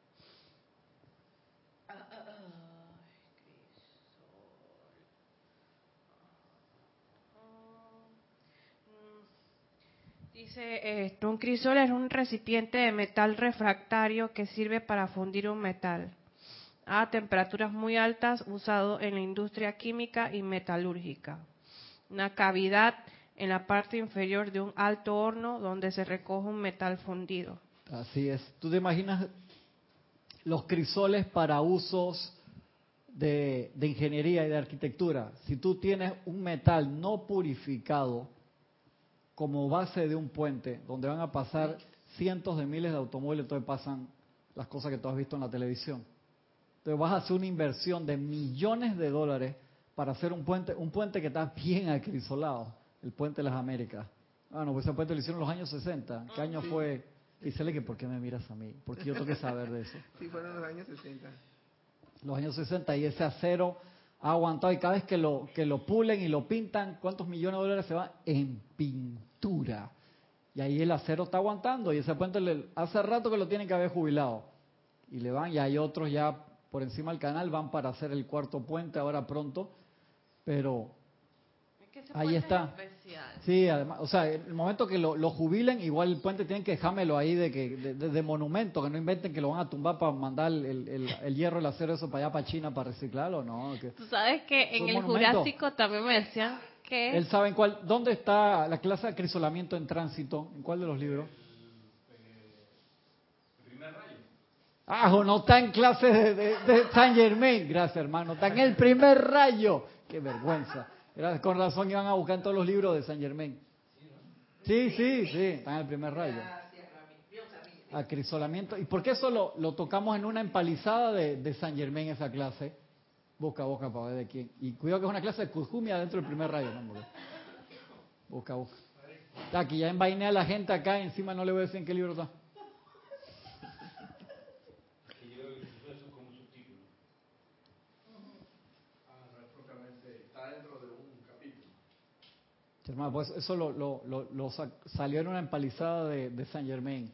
Dice, esto, un crisol es un recipiente de metal refractario que sirve para fundir un metal a temperaturas muy altas, usado en la industria química y metalúrgica. Una cavidad en la parte inferior de un alto horno donde se recoge un metal fundido. Así es. ¿Tú te imaginas los crisoles para usos de, de ingeniería y de arquitectura? Si tú tienes un metal no purificado como base de un puente donde van a pasar cientos de miles de automóviles, entonces pasan las cosas que tú has visto en la televisión. Entonces vas a hacer una inversión de millones de dólares para hacer un puente, un puente que está bien acrisolado, el puente de las Américas. Ah, no, pues ese puente lo hicieron en los años sesenta. ¿Qué año sí. fue? Dísele que ¿por qué me miras a mí? Porque yo tengo que saber de eso. Sí, fueron los años sesenta. Los años sesenta, y ese acero ha aguantado, y cada vez que lo que lo pulen y lo pintan, ¿cuántos millones de dólares se van? En pintura. Y ahí el acero está aguantando, y ese puente le, hace rato que lo tienen que haber jubilado. y le van, y hay otros ya por encima del canal, van para hacer el cuarto puente ahora pronto, pero Es que ese ahí puente está. es especial. Sí, además, o sea, en el momento que lo, lo jubilen, igual el puente tienen que dejármelo ahí de que de, de- de monumento, que no inventen que lo van a tumbar para mandar el, el, el- el hierro, el acero, eso para allá, para China, para reciclarlo, no. Que, Tú sabes que en Son el monumentos. Jurásico también me decían que él sabe en cuál, ¿dónde está la clase de acrisolamiento en tránsito? ¿En cuál de los libros? Ah, no está en clase de, de, de Saint Germain, gracias hermano, está en el primer rayo. Qué vergüenza. Era, con razón iban a buscar en todos los libros de Saint Germain. Sí, sí, sí, está en el primer rayo. Acrisolamiento. ¿Y por qué eso lo, lo tocamos en una empalizada de, de Saint Germain esa clase? Busca, busca para ver de quién. Y cuidado que es una clase de Kujumia dentro del primer rayo. ¿No? Busca, busca. Está aquí, ya envainé a la gente acá, encima no le voy a decir en qué libro está. Hermano, pues eso lo, lo, lo, lo salió en una empalizada de, de Saint Germain.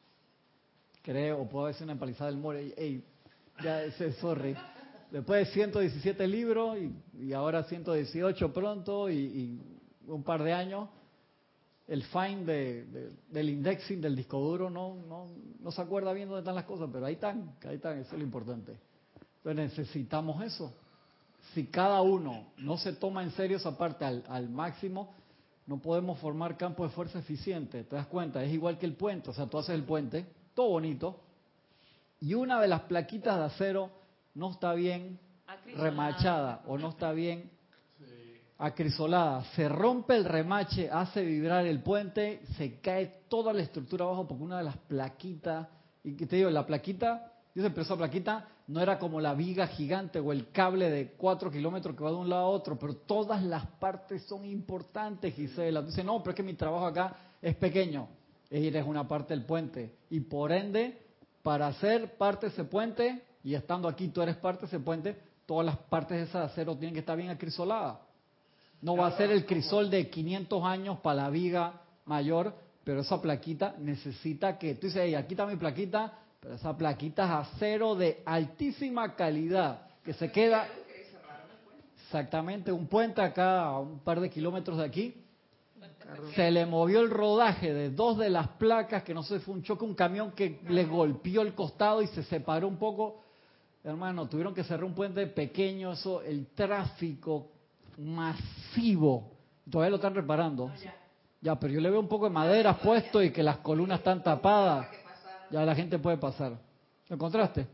Creo, o puedo decir una empalizada del More. Ey, ya ese, sorry. Después de ciento diecisiete libros y, y ahora ciento dieciocho pronto y, y un par de años, el find de, de, del indexing del disco duro no, no, no se acuerda bien dónde están las cosas, pero ahí están, ahí están, eso es lo importante. Entonces necesitamos eso. Si cada uno no se toma en serio esa parte al, al máximo, no podemos formar campo de fuerza eficiente. ¿Te das cuenta? Es igual que el puente. O sea, tú haces el puente, todo bonito, y una de las plaquitas de acero no está bien remachada o no está bien acrisolada. Se rompe el remache, hace vibrar el puente, se cae toda la estructura abajo porque una de las plaquitas, y que te digo, la plaquita, dice, pero esa plaquita no era como la viga gigante o el cable de cuatro kilómetros que va de un lado a otro, pero todas las partes son importantes, Gisela. Dice, no, pero es que mi trabajo acá es pequeño. Eres una parte del puente. Y por ende, para ser parte de ese puente, y estando aquí tú eres parte de ese puente, todas las partes de ese acero tienen que estar bien acrisoladas. No va a ser el crisol de quinientos años para la viga mayor, pero esa plaquita necesita que, tú dices, hey, aquí está mi plaquita, pero esa plaquita es acero de altísima calidad, que se queda exactamente un puente acá a un par de kilómetros de aquí. Se le movió el rodaje de dos de las placas, que no sé, fue un choque, un camión que le golpeó el costado y se separó un poco. Hermano, tuvieron que cerrar un puente pequeño, eso, el tráfico masivo. Todavía lo están reparando. Ya, pero yo le veo un poco de madera puesto y que las columnas están tapadas. Ya la gente puede pasar. ¿Lo encontraste?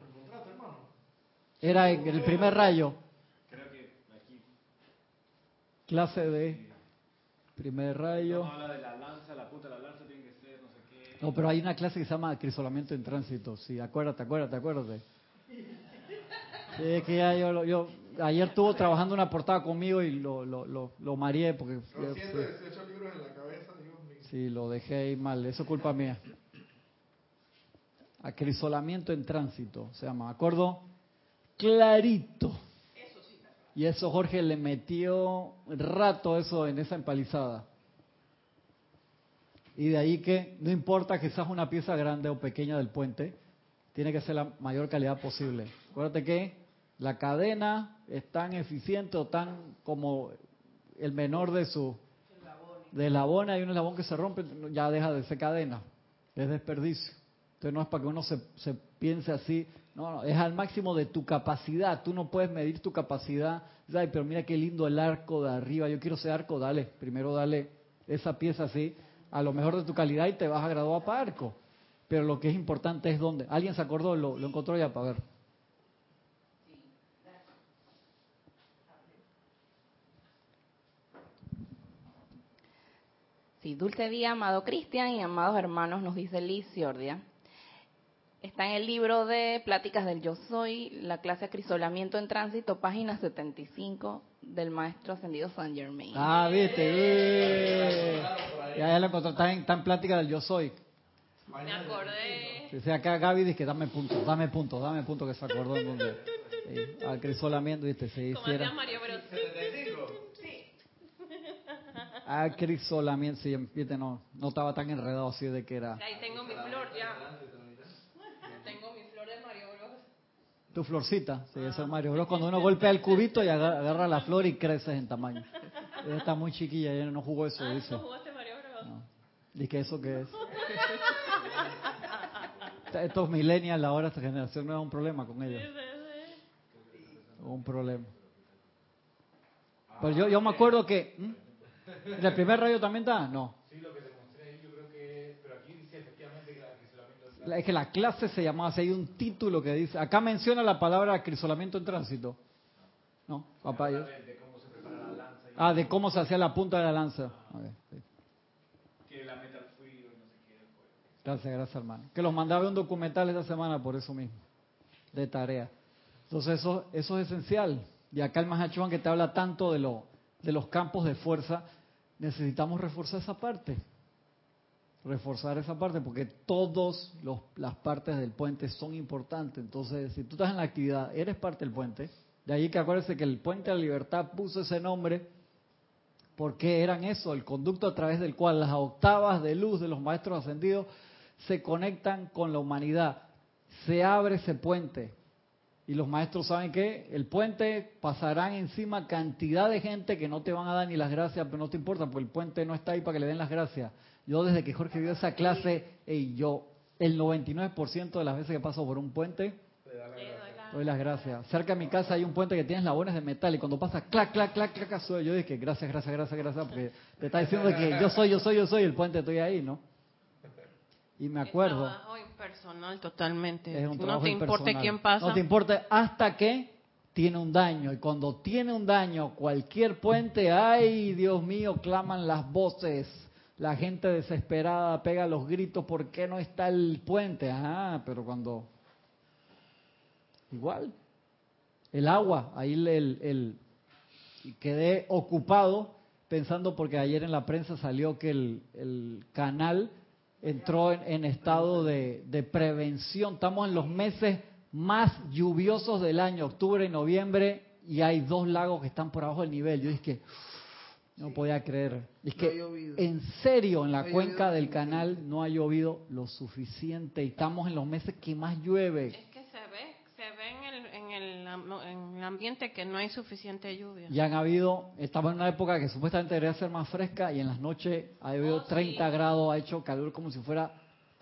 Era en el primer rayo. Creo que aquí. Clase de primer rayo. No habla de la lanza, la punta de la lanza tiene que ser no sé qué. No, pero hay una clase que se llama acrisolamiento en tránsito. Sí, acuérdate, acuérdate, acuérdate. Sí, es que ya yo, yo ayer estuvo trabajando una portada conmigo y lo, lo, lo, lo mareé porque... Los sí, ciento dieciocho libros en la cabeza, Dios mío. sí, lo dejé ahí mal, eso es culpa mía. Acrisolamiento en tránsito, se llama, ¿me acuerdo? Clarito. Y eso Jorge le metió rato eso en esa empalizada. Y de ahí que no importa que seas una pieza grande o pequeña del puente, tiene que ser la mayor calidad posible. Acuérdate que la cadena es tan eficiente o tan como el menor de su de eslabón. Hay un eslabón que se rompe, ya deja de ser cadena, es desperdicio. Entonces no es para que uno se, se piense así, no, no, es al máximo de tu capacidad. Tú no puedes medir tu capacidad. Ay, pero mira qué lindo el arco de arriba, yo quiero ese arco, dale, primero dale esa pieza así, a lo mejor de tu calidad y te vas a graduar para arco. Pero lo que es importante es dónde. ¿Alguien se acordó? Lo, lo encontró ya para ver. Sí, dulce día, amado Cristian y amados hermanos, nos dice Liz Ciordia. Está en el libro de Pláticas del Yo Soy, la clase Acrisolamiento en Tránsito, página setenta y cinco del Maestro Ascendido Saint Germain. Ah, viste. Eh. Ya, ya lo encontró. Está en, está en Plática del Yo Soy. me acordé. Dice acá Gaby, dice que dame puntos, dame puntos, dame puntos, que se acordó en donde eh, acrisolamiento, viste, se Como hacía hiciera. Mario Bros. Acrisolamiento, sí, viste, no, no estaba tan enredado así de que era. Ahí tengo mi flor ya. Tengo mi flor de Mario Bros. Tu florcita, sí, eso es Mario Bros. Cuando uno golpea el cubito y agarra, agarra la flor y creces en tamaño. Ella está muy chiquilla, ella no jugó eso, Ah, dice. ¿no jugaste Mario Bros? No. ¿Y qué eso qué es? Estos millennials ahora, esta generación no es un problema con ellos. Un problema. Pero yo, yo me acuerdo que... ¿hmm? ¿En el primer rayo también está? No. Sí, lo que te mostré ahí, yo creo que... Pero aquí dice efectivamente que el acrisolamiento... La- Es que la clase se llamaba así, hay un título que dice... Acá menciona la palabra acrisolamiento en tránsito. ¿No? Papá, yo- De cómo se prepara la lanza. Y Ah, de cómo se hacía la punta de la lanza. A ver, sí. que la metal fluido y no sé qué. Pues. Gracias, gracias hermano. Que los mandaba un documental esta semana por eso mismo, de tarea. Entonces eso, eso es esencial. Y acá el Mahachohan que te habla tanto de, lo, de los campos de fuerza, necesitamos reforzar esa parte. Reforzar esa parte porque todas las partes del puente son importantes. Entonces, si tú estás en la actividad, eres parte del puente. De ahí que acuérdense que el Puente de la Libertad puso ese nombre porque eran eso, el conducto a través del cual las octavas de luz de los maestros ascendidos se conectan con la humanidad. Se abre ese puente. Y los maestros saben que el puente pasarán encima cantidad de gente que no te van a dar ni las gracias, pero no te importa, porque el puente no está ahí para que le den las gracias. Yo desde que Jorge vio esa clase, y yo el noventa y nueve por ciento de las veces que paso por un puente, doy las gracias. Cerca de mi casa hay un puente que tiene eslabones de metal y cuando pasa clac, clac, clac, clac, clac, yo dije gracias, gracias, gracias, gracias, porque te está diciendo que yo soy, yo soy, yo soy, el puente estoy ahí, ¿no? Y me acuerdo... Es trabajo impersonal totalmente. Es un No trabajo te importa impersonal. quién pasa. No te importa hasta que tiene un daño. Y cuando tiene un daño, cualquier puente, ¡ay, Dios mío! Claman las voces. La gente desesperada pega los gritos, ¿por qué no está el puente? Ah, pero cuando... Igual. El agua, ahí el, el, el... quedé ocupado pensando porque ayer en la prensa salió que el, el canal entró en, en estado de, de prevención. Estamos en los meses más lluviosos del año, octubre y noviembre, y hay dos lagos que están por abajo del nivel. Yo dije, no Sí. podía creer. Es No que ha llovido. en serio en la No ha cuenca llovido del suficiente. canal no ha llovido lo suficiente y estamos en los meses que más llueve. Es que se ve, se ve en el, en el, am- en el ambiente que no hay suficiente lluvia. Ya han habido, estamos en una época que supuestamente debería ser más fresca y en las noches ha habido Oh, sí. treinta grados, ha hecho calor como si fuera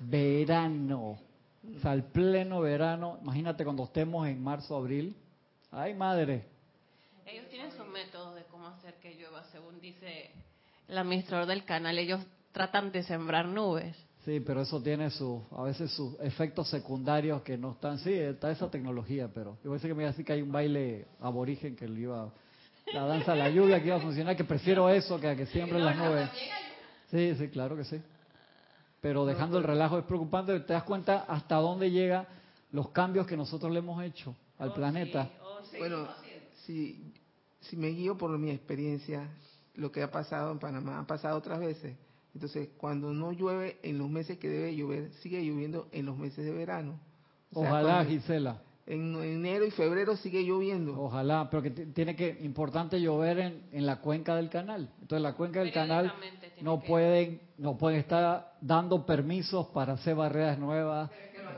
verano. O sea, el pleno verano. Imagínate cuando estemos en marzo, abril. Ay, madre. Ellos tienen sus métodos de cómo hacer que llueva, según dice el administrador del canal. Ellos tratan de sembrar nubes. Sí, pero eso tiene sus, a veces sus efectos secundarios que no están. Sí, está esa tecnología, pero yo pensé que me iba a decir que hay un baile aborigen que le iba, la danza de la lluvia que iba a funcionar, que prefiero eso que a que siembren las nubes. Sí, sí, claro que sí. Pero dejando el relajo es preocupante, te das cuenta hasta dónde llegan los cambios que nosotros le hemos hecho al Oh, planeta. sí, oh, sí. Bueno, si, si me guío por mi experiencia, lo que ha pasado en Panamá ha pasado otras veces. Entonces, cuando no llueve en los meses que debe llover, sigue lloviendo en los meses de verano. O sea, Ojalá, cuando- Gisela. En enero y febrero sigue lloviendo. Ojalá, pero que t- tiene que, importante llover en, en la cuenca del canal. Entonces la cuenca del canal Periódicamente tiene no que pueden, no pueden estar dando permisos para hacer barreras nuevas.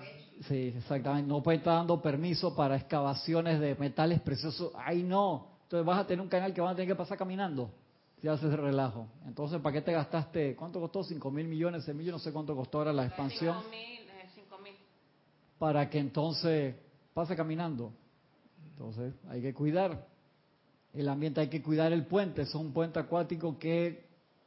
Sí, exactamente. No pueden estar dando permisos para excavaciones de metales preciosos. Ay, no. Entonces vas a tener un canal que van a tener que pasar caminando. Si haces relajo. Entonces, ¿para qué te gastaste? ¿Cuánto costó? Cinco mil millones, seis mil, yo no sé cuánto costó ahora la expansión. Cinco mil, eh, cinco mil. Para que entonces pase caminando. Entonces hay que cuidar el ambiente, hay que cuidar el puente. Es un puente acuático que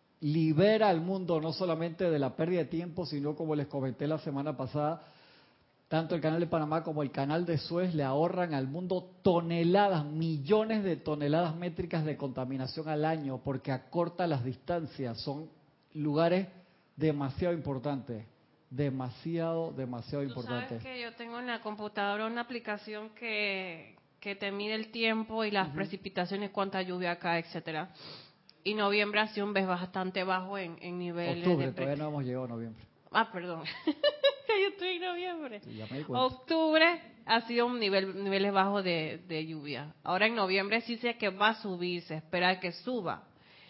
libera al mundo no solamente de la pérdida de tiempo, sino como les comenté la semana pasada, tanto el canal de Panamá como el canal de Suez le ahorran al mundo toneladas, millones de toneladas métricas de contaminación al año, porque acorta las distancias. Son lugares demasiado importantes. Demasiado, demasiado Tú importante. sabes que yo tengo en la computadora una aplicación que, que te mide el tiempo y las Ujú. precipitaciones, cuánta lluvia acá, etcétera. Y noviembre ha sido un mes bastante bajo en, en niveles Octubre, de... pre- todavía no hemos llegado a noviembre. Ah, perdón. yo estoy en noviembre. Sí, ya me di cuenta. Octubre ha sido un nivel niveles bajos de, de lluvia. Ahora en noviembre sí sé que va a subir, se espera que suba.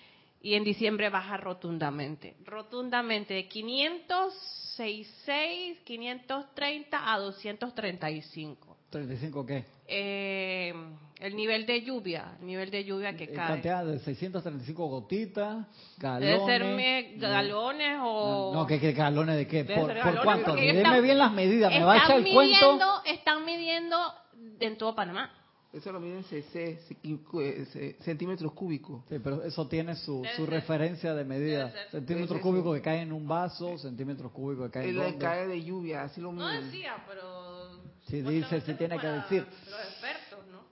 Y en diciembre baja rotundamente. Rotundamente de quinientos sesenta y seis, quinientos treinta a doscientos treinta y cinco. ¿treinta y cinco qué? Eh, el nivel de lluvia, el nivel de lluvia que Eh, cae. Cantidad de seiscientas treinta y cinco gotitas, galones. Debe ser me- galones o... No, no, ¿qué, qué galones de qué? Debe ¿Por, ser por galones, cuánto? porque ellos Deme están- bien las medidas, me va a echar Están el midiendo, cuento. están midiendo en todo Panamá. Eso lo miden cc, centímetros cúbicos. Sí, pero eso tiene su, Debe su ser. referencia de medida. Debe ser. Centímetros Debe ser, cúbicos sí. que caen en un vaso, centímetros cúbicos que caen Es en la dónde. cae de lluvia, así lo No miden. decía, pero... Sí, dice, sí tiene que para decir. Los expertos, ¿no?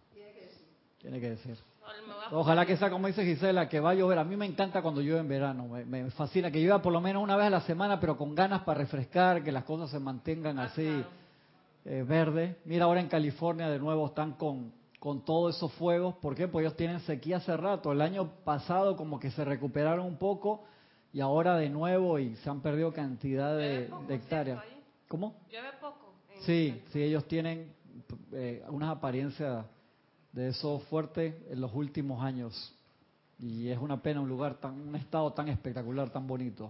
Tiene que decir. No, me voy a Ojalá poner- que sea como dice Gisela, que va a llover. A mí me encanta cuando llueve en verano. Me, me fascina que llueva por lo menos una vez a la semana, pero con ganas para refrescar, que las cosas se mantengan Ah, así claro. eh, verdes. Mira, ahora en California de nuevo están con, con todos esos fuegos. ¿Por qué? Pues ellos tienen sequía hace rato. El año pasado como que se recuperaron un poco y ahora de nuevo y se han perdido cantidad de, Llueve poco, de hectáreas. ¿cierto, ahí? ¿Cómo? Llueve poco. en Sí, California. sí, ellos tienen eh, unas apariencias de eso fuerte en los últimos años. Y es una pena un lugar tan, un estado tan espectacular, tan bonito.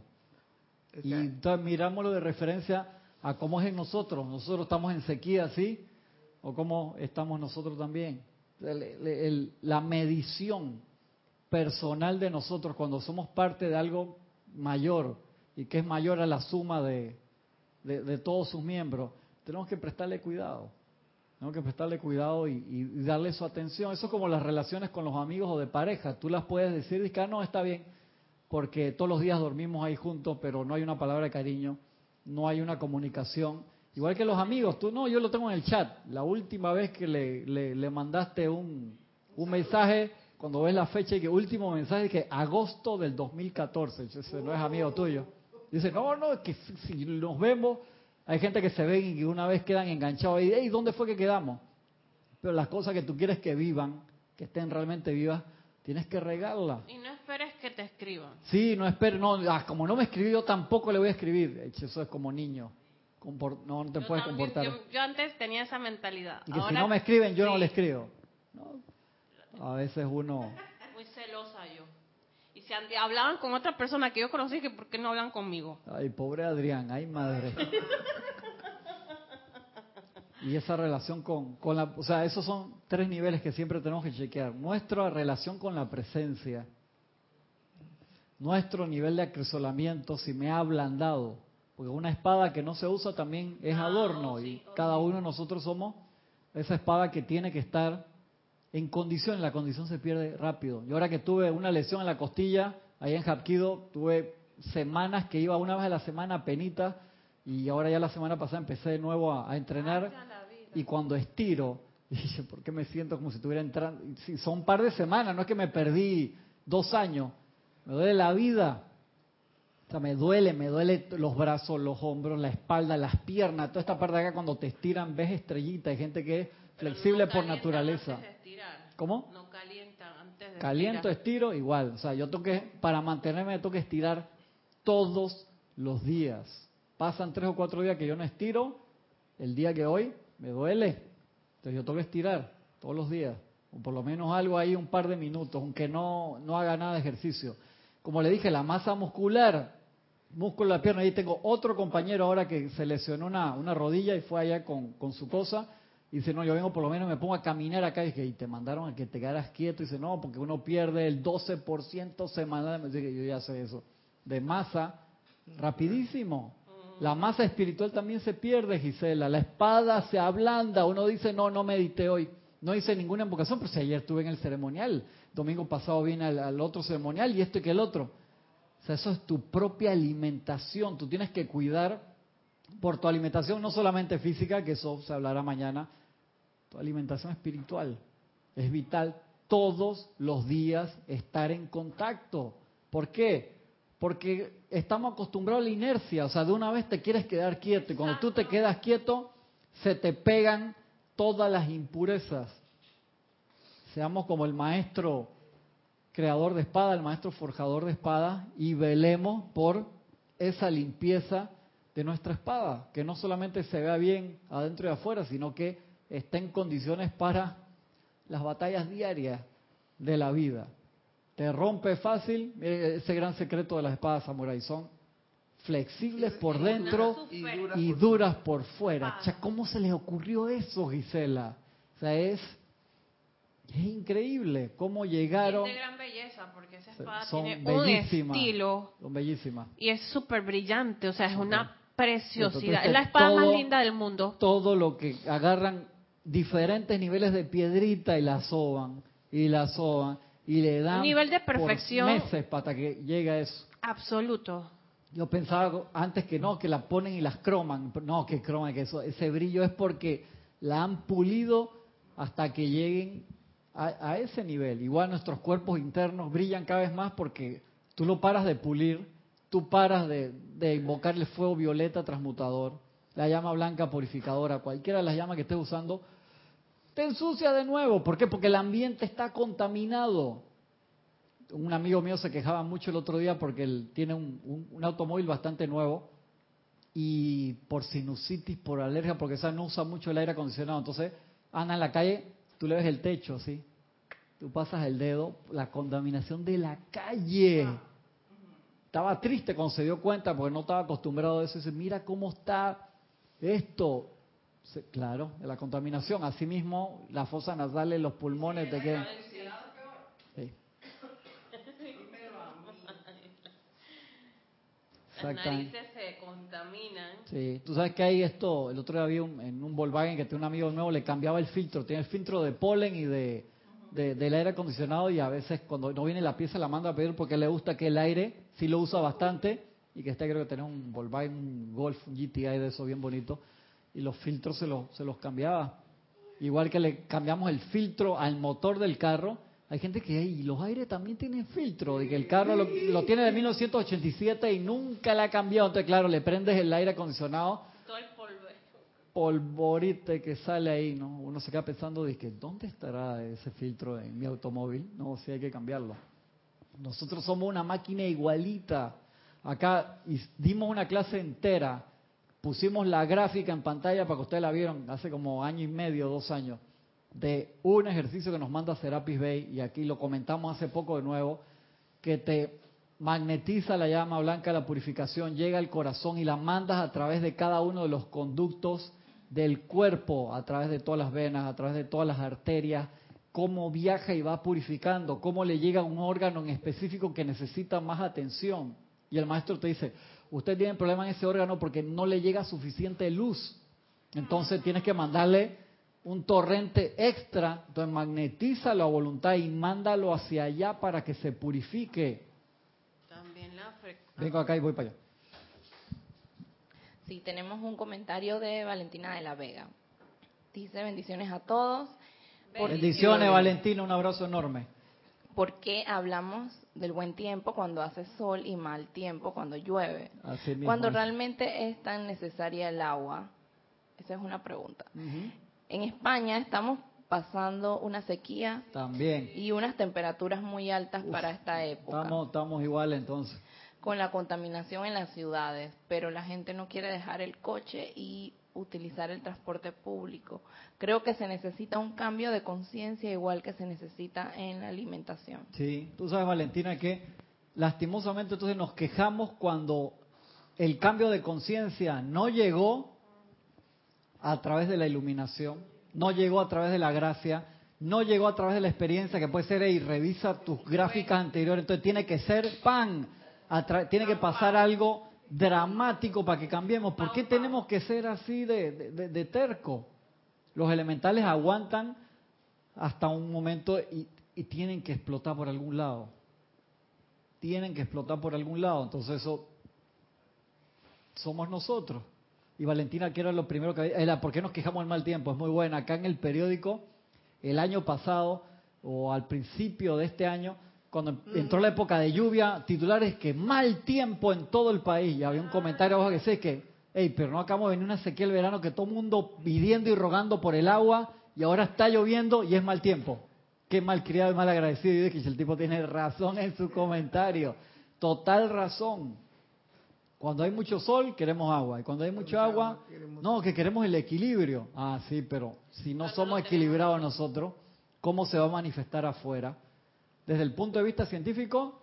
Y Exacto. entonces mirámoslo de referencia a cómo es en nosotros. Nosotros estamos en sequía, ¿sí? O cómo estamos nosotros también. El- el- el- la medición personal de nosotros cuando somos parte de algo mayor y que es mayor a la suma de, de, de todos sus miembros, tenemos que prestarle cuidado. Tenemos que prestarle cuidado y, y darle su atención. Eso es como las relaciones con los amigos o de pareja. Tú las puedes decir y que ah, no, está bien, porque todos los días dormimos ahí juntos, pero no hay una palabra de cariño, no hay una comunicación. Igual que los amigos, tú no, yo lo tengo en el chat. La última vez que le, le, le mandaste un, un mensaje, cuando ves la fecha y que último mensaje, que agosto del dos mil catorce, ese no es amigo tuyo. Dice, no, no, es que si, si nos vemos, hay gente que se ven y que una vez quedan enganchados ahí, hey, ¿dónde fue que quedamos? Pero las cosas que tú quieres que vivan, que estén realmente vivas, tienes que regarlas. Y no esperes que te escriban. Sí, no espero, no, ah, como no me escribió, yo tampoco le voy a escribir. Eso es como niño. Compor- no, no te Yo puedes también- comportar. Yo, yo antes tenía esa mentalidad. Y que Ahora, si no me escriben, yo no sí, le escribo. No, a veces uno... Muy celosa yo. Y si and- hablaban con otra persona que yo conocí, que ¿por qué no hablan conmigo? Ay, pobre Adrián, ay madre. Y esa relación con, con la... O sea, esos son tres niveles que siempre tenemos que chequear. Nuestra relación con la presencia. Nuestro nivel de acrisolamiento, si me ha ablandado. Porque una espada que no se usa también es Ah, adorno. oh, Y sí, oh, cada sí. uno de nosotros somos esa espada que tiene que estar en condición. La condición se pierde rápido. Yo ahora que tuve una lesión en la costilla, ahí en Hapkido, tuve semanas que iba una vez a la semana a penita. Y ahora ya la semana pasada empecé de nuevo a, a entrenar. Ay, a la vida. Y cuando estiro, dije, ¿por qué me siento como si estuviera entrando? Y sí, son un par de semanas, no es que me perdí dos años. Me duele la vida. O sea, me duele, me duele los brazos, los hombros, la espalda, las piernas, toda esta parte de acá cuando te estiran ves estrellita. Hay gente que es Pero flexible no por calientan naturaleza. antes de estirar. ¿Cómo? No calientan antes de Caliento, estirar. estiro, igual. O sea, yo tengo que, para mantenerme, me tengo que estirar todos los días. Pasan tres o cuatro días que yo no estiro, el día que hoy me duele. Entonces yo tengo que estirar todos los días, o por lo menos algo ahí, un par de minutos, aunque no, no haga nada de ejercicio. Como le dije, la masa muscular, músculo de la pierna, ahí tengo otro compañero ahora que se lesionó una, una rodilla y fue allá con, con su cosa. Y dice, no, yo vengo por lo menos, me pongo a caminar acá. Y dije, y te mandaron a que te quedaras quieto. Y dice, no, porque uno pierde el doce por ciento semanal. Me dice, yo ya sé eso. De masa, rapidísimo. La masa espiritual también se pierde, Gisela. La espada se ablanda. Uno dice, no, no medité hoy. No hice ninguna invocación, pero si ayer estuve en el ceremonial. Domingo pasado vine al, al otro ceremonial y esto y que el otro. O sea, eso es tu propia alimentación. Tú tienes que cuidar por tu alimentación, no solamente física, que eso se hablará mañana, tu alimentación espiritual. Es vital todos los días estar en contacto. ¿Por qué? Porque estamos acostumbrados a la inercia, o sea, de una vez te quieres quedar quieto y cuando tú te quedas quieto, se te pegan todas las impurezas. Seamos como el maestro creador de espada, el maestro forjador de espada y velemos por esa limpieza de nuestra espada, que no solamente se vea bien adentro y afuera, sino que esté en condiciones para las batallas diarias de la vida. Te rompe fácil, ese gran secreto de las espadas samurái, son flexibles por Y dentro y duras y por duras por fuera. Ah. Cha, ¿cómo se les ocurrió eso, Gisela? O sea, es, es increíble cómo Y llegaron. es de gran belleza, porque esa espada Son tiene un bellísimas. estilo Son bellísimas. y es súper brillante, o sea, es una Entonces, preciosidad. Es la espada todo- más linda del mundo. Todo lo que agarran diferentes niveles de piedrita y la soban, y la soban, y le dan Un nivel de por perfección meses para que llegue a eso. absoluto. Yo pensaba antes que no, que la ponen y las croman. No, que croman, que eso, ese brillo es porque la han pulido hasta que lleguen a, a ese nivel. Igual nuestros cuerpos internos brillan cada vez más porque tú lo paras de pulir, tú paras de, de invocar el fuego violeta transmutador, la llama blanca purificadora, cualquiera de las llamas que estés usando, te ensucia de nuevo. ¿Por qué? Porque el ambiente está contaminado. Un amigo mío se quejaba mucho el otro día porque él tiene un, un, un automóvil bastante nuevo y por sinusitis, por alergia, porque esa no usa mucho el aire acondicionado. Entonces anda en la calle, tú le ves el techo, ¿sí? Tú pasas el dedo, la contaminación de la calle. Estaba triste cuando se dio cuenta porque no estaba acostumbrado a eso. Y dice, mira cómo está esto. Se- Claro, de la contaminación. Asimismo, las fosas nasales, los pulmones te quedan. Sí. Las Exactamente. narices se contaminan. Sí, tú sabes que hay esto, el otro día vi un, en un Volkswagen que tiene un amigo nuevo, le cambiaba el filtro, tiene el filtro de polen y de, de- del aire acondicionado y a veces cuando no viene la pieza la manda a pedir porque le gusta que el aire sí lo usa bastante y que este creo que tenía un Volkswagen, un Golf, un G T I de eso bien bonito y los filtros se los, se los cambiaba. Igual que le cambiamos el filtro al motor del carro, hay gente que hey, los aires también tienen filtro, y que el carro lo, lo tiene de mil novecientos ochenta y siete y nunca le ha cambiado. Entonces, claro, le prendes el aire acondicionado, Todo el polvo. polvorite que sale ahí, ¿no? Uno se queda pensando, de que, ¿dónde estará ese filtro en mi automóvil? No, sí hay que cambiarlo. Nosotros somos una máquina igualita. Acá y dimos una clase entera, pusimos la gráfica en pantalla para que ustedes la vieron hace como año y medio, dos años, de un ejercicio que nos manda Serapis Bay, y aquí lo comentamos hace poco de nuevo, que te magnetiza la llama blanca de la purificación, llega al corazón y la mandas a través de cada uno de los conductos del cuerpo, a través de todas las venas, a través de todas las arterias, cómo viaja y va purificando, cómo le llega a un órgano en específico que necesita más atención. Y el maestro te dice, usted tiene problema en ese órgano porque no le llega suficiente luz. Entonces tienes que mandarle un torrente extra, entonces magnetízalo a voluntad y mándalo hacia allá para que se purifique. También la fre- Vengo acá y voy para allá. Sí, tenemos un comentario de Valentina de la Vega. Dice, bendiciones a todos. Por- Bendiciones, Valentina, un abrazo enorme. ¿Por qué hablamos del buen tiempo cuando hace sol y mal tiempo cuando llueve? Así mismo Cuando es. realmente es tan necesaria el agua. Esa es una pregunta. Ujú. En España estamos pasando una sequía También. y unas temperaturas muy altas Uf, para esta época, Estamos, estamos iguales entonces. con la contaminación en las ciudades, pero la gente no quiere dejar el coche y utilizar el transporte público. Creo que se necesita un cambio de conciencia igual que se necesita en la alimentación. Sí, tú sabes, Valentina, que lastimosamente entonces nos quejamos cuando el cambio de conciencia no llegó a través de la iluminación, no llegó a través de la gracia, no llegó a través de la experiencia, que puede ser, y revisa tus gráficas anteriores, entonces tiene que ser pan, atra- tiene que pasar algo dramático para que cambiemos. ¿Por qué tenemos que ser así de, de, de- de terco? Los elementales aguantan hasta un momento y, y tienen que explotar por algún lado. Tienen que explotar por algún lado, entonces eso somos nosotros. Y Valentina, que era lo primero que era, ¿por qué nos quejamos del mal tiempo? Es muy buena. Acá en el periódico, el año pasado, o al principio de este año, cuando entró la época de lluvia, titulares que mal tiempo en todo el país. Y había un comentario abajo que dice que, hey, pero no acabamos de venir una sequía el verano, que todo el mundo pidiendo y rogando por el agua, y ahora está lloviendo y es mal tiempo. Qué malcriado y mal agradecido. Y dije que el tipo tiene razón en su comentario. Total razón. Cuando hay mucho sol, queremos agua. Y cuando hay mucho agua, no, que queremos el equilibrio. Ah, sí, pero si no somos equilibrados nosotros, ¿cómo se va a manifestar afuera? Desde el punto de vista científico,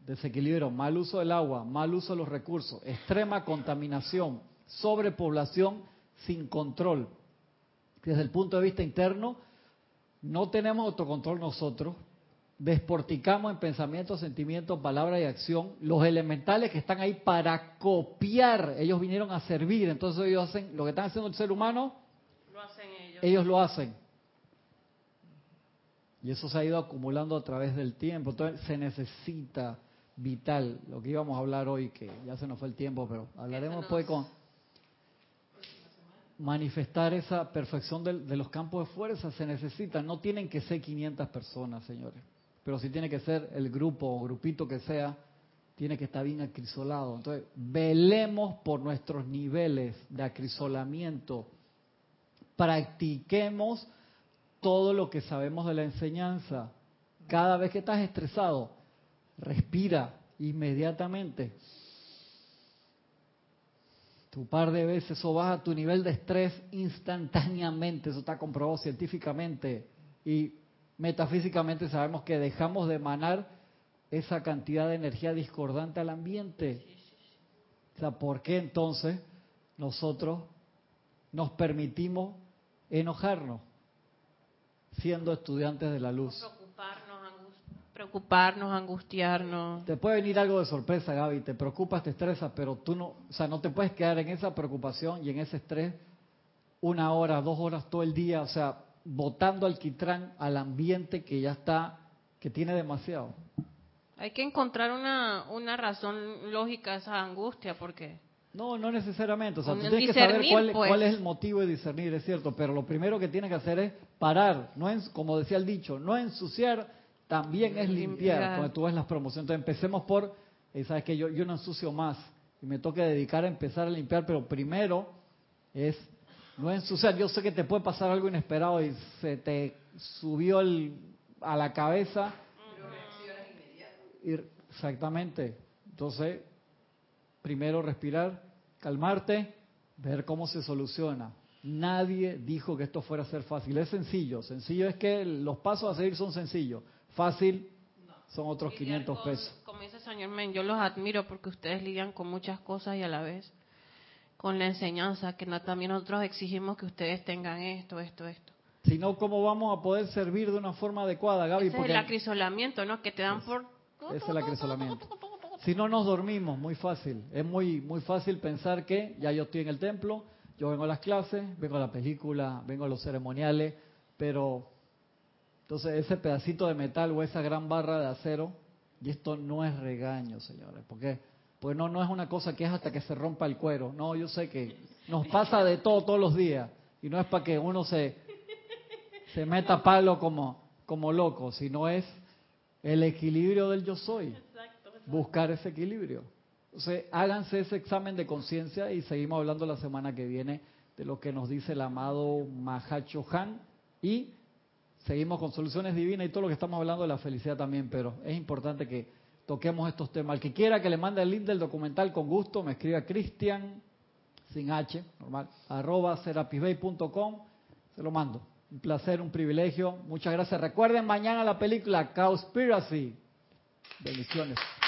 desequilibrio, mal uso del agua, mal uso de los recursos, extrema contaminación, sobrepoblación sin control. Desde el punto de vista interno, no tenemos autocontrol nosotros, desporticamos en pensamiento, sentimiento, palabra y acción. Los elementales que están ahí para copiar, ellos vinieron a servir, entonces ellos hacen lo que están haciendo el ser humano, Lo hacen ellos. ellos lo hacen. Y eso se ha ido acumulando a través del tiempo. Entonces se necesita vital, lo que íbamos a hablar hoy, que ya se nos fue el tiempo, pero hablaremos después con manifestar esa perfección de, de los campos de fuerza. Se necesita, no tienen que ser quinientas personas, señores, pero sí tiene que ser el grupo o grupito que sea, tiene que estar bien acrisolado. Entonces, velemos por nuestros niveles de acrisolamiento, practiquemos todo lo que sabemos de la enseñanza. Cada vez que estás estresado, respira inmediatamente. Tu par de veces, eso baja tu nivel de estrés instantáneamente. Eso está comprobado científicamente. Y metafísicamente sabemos que dejamos de emanar esa cantidad de energía discordante al ambiente. O sea, ¿por qué entonces nosotros nos permitimos enojarnos siendo estudiantes de la luz? Preocuparnos, angus- preocuparnos, angustiarnos. Te puede venir algo de sorpresa, Gaby, te preocupas, te estresas, pero tú no, o sea, no te puedes quedar en esa preocupación y en ese estrés una hora, dos horas todo el día, o sea, botando alquitrán al ambiente que ya está, que tiene demasiado. Hay que encontrar una, una razón lógica a esa angustia, porque No, no necesariamente, o sea, Un tú tienes que saber discernir, cuál, pues. cuál es el motivo de discernir, es cierto, pero lo primero que tienes que hacer es parar, no es, como decía el dicho, no ensuciar, también es limpiar, Limpiar. cuando tú ves las promociones. Entonces empecemos por, eh, sabes que yo, yo no ensucio más, y me toca dedicar a empezar a limpiar, pero primero es no ensuciar. Yo sé que te puede pasar algo inesperado y se te subió el, a la cabeza. Y, exactamente, entonces primero respirar, calmarte, ver cómo se soluciona. Nadie dijo que esto fuera a ser fácil. Es sencillo. Sencillo es que los pasos a seguir son sencillos. Fácil son otros lidiar quinientos con- pesos. Como dice el señor Men, yo los admiro porque ustedes lidian con muchas cosas y a la vez con la enseñanza, que no- también nosotros exigimos que ustedes tengan esto, esto, esto. Si no, ¿cómo vamos a poder servir de una forma adecuada, Gaby? Ese es el acrisolamiento, ¿no? Que te dan por... Ese es el acrisolamiento. Si no nos dormimos, muy fácil. Es muy muy fácil pensar que ya yo estoy en el templo, yo vengo a las clases, vengo a la película, vengo a los ceremoniales, pero entonces ese pedacito de metal o esa gran barra de acero, y esto no es regaño, señores, porque pues no no es una cosa que es hasta que se rompa el cuero. No, yo sé que nos pasa de todo todos los días y no es para que uno se se meta palo como como loco, sino es el equilibrio del yo soy. Buscar ese equilibrio. Entonces, háganse ese examen de conciencia y seguimos hablando la semana que viene de lo que nos dice el amado Mahacho Han y seguimos con soluciones divinas y todo lo que estamos hablando de la felicidad también, pero es importante que toquemos estos temas. El que quiera que le mande el link del documental, con gusto, me escribe a Cristian, sin H, normal, arroba serapisbay punto com, se lo mando. Un placer, un privilegio. Muchas gracias. Recuerden mañana la película Cowspiracy. Bendiciones.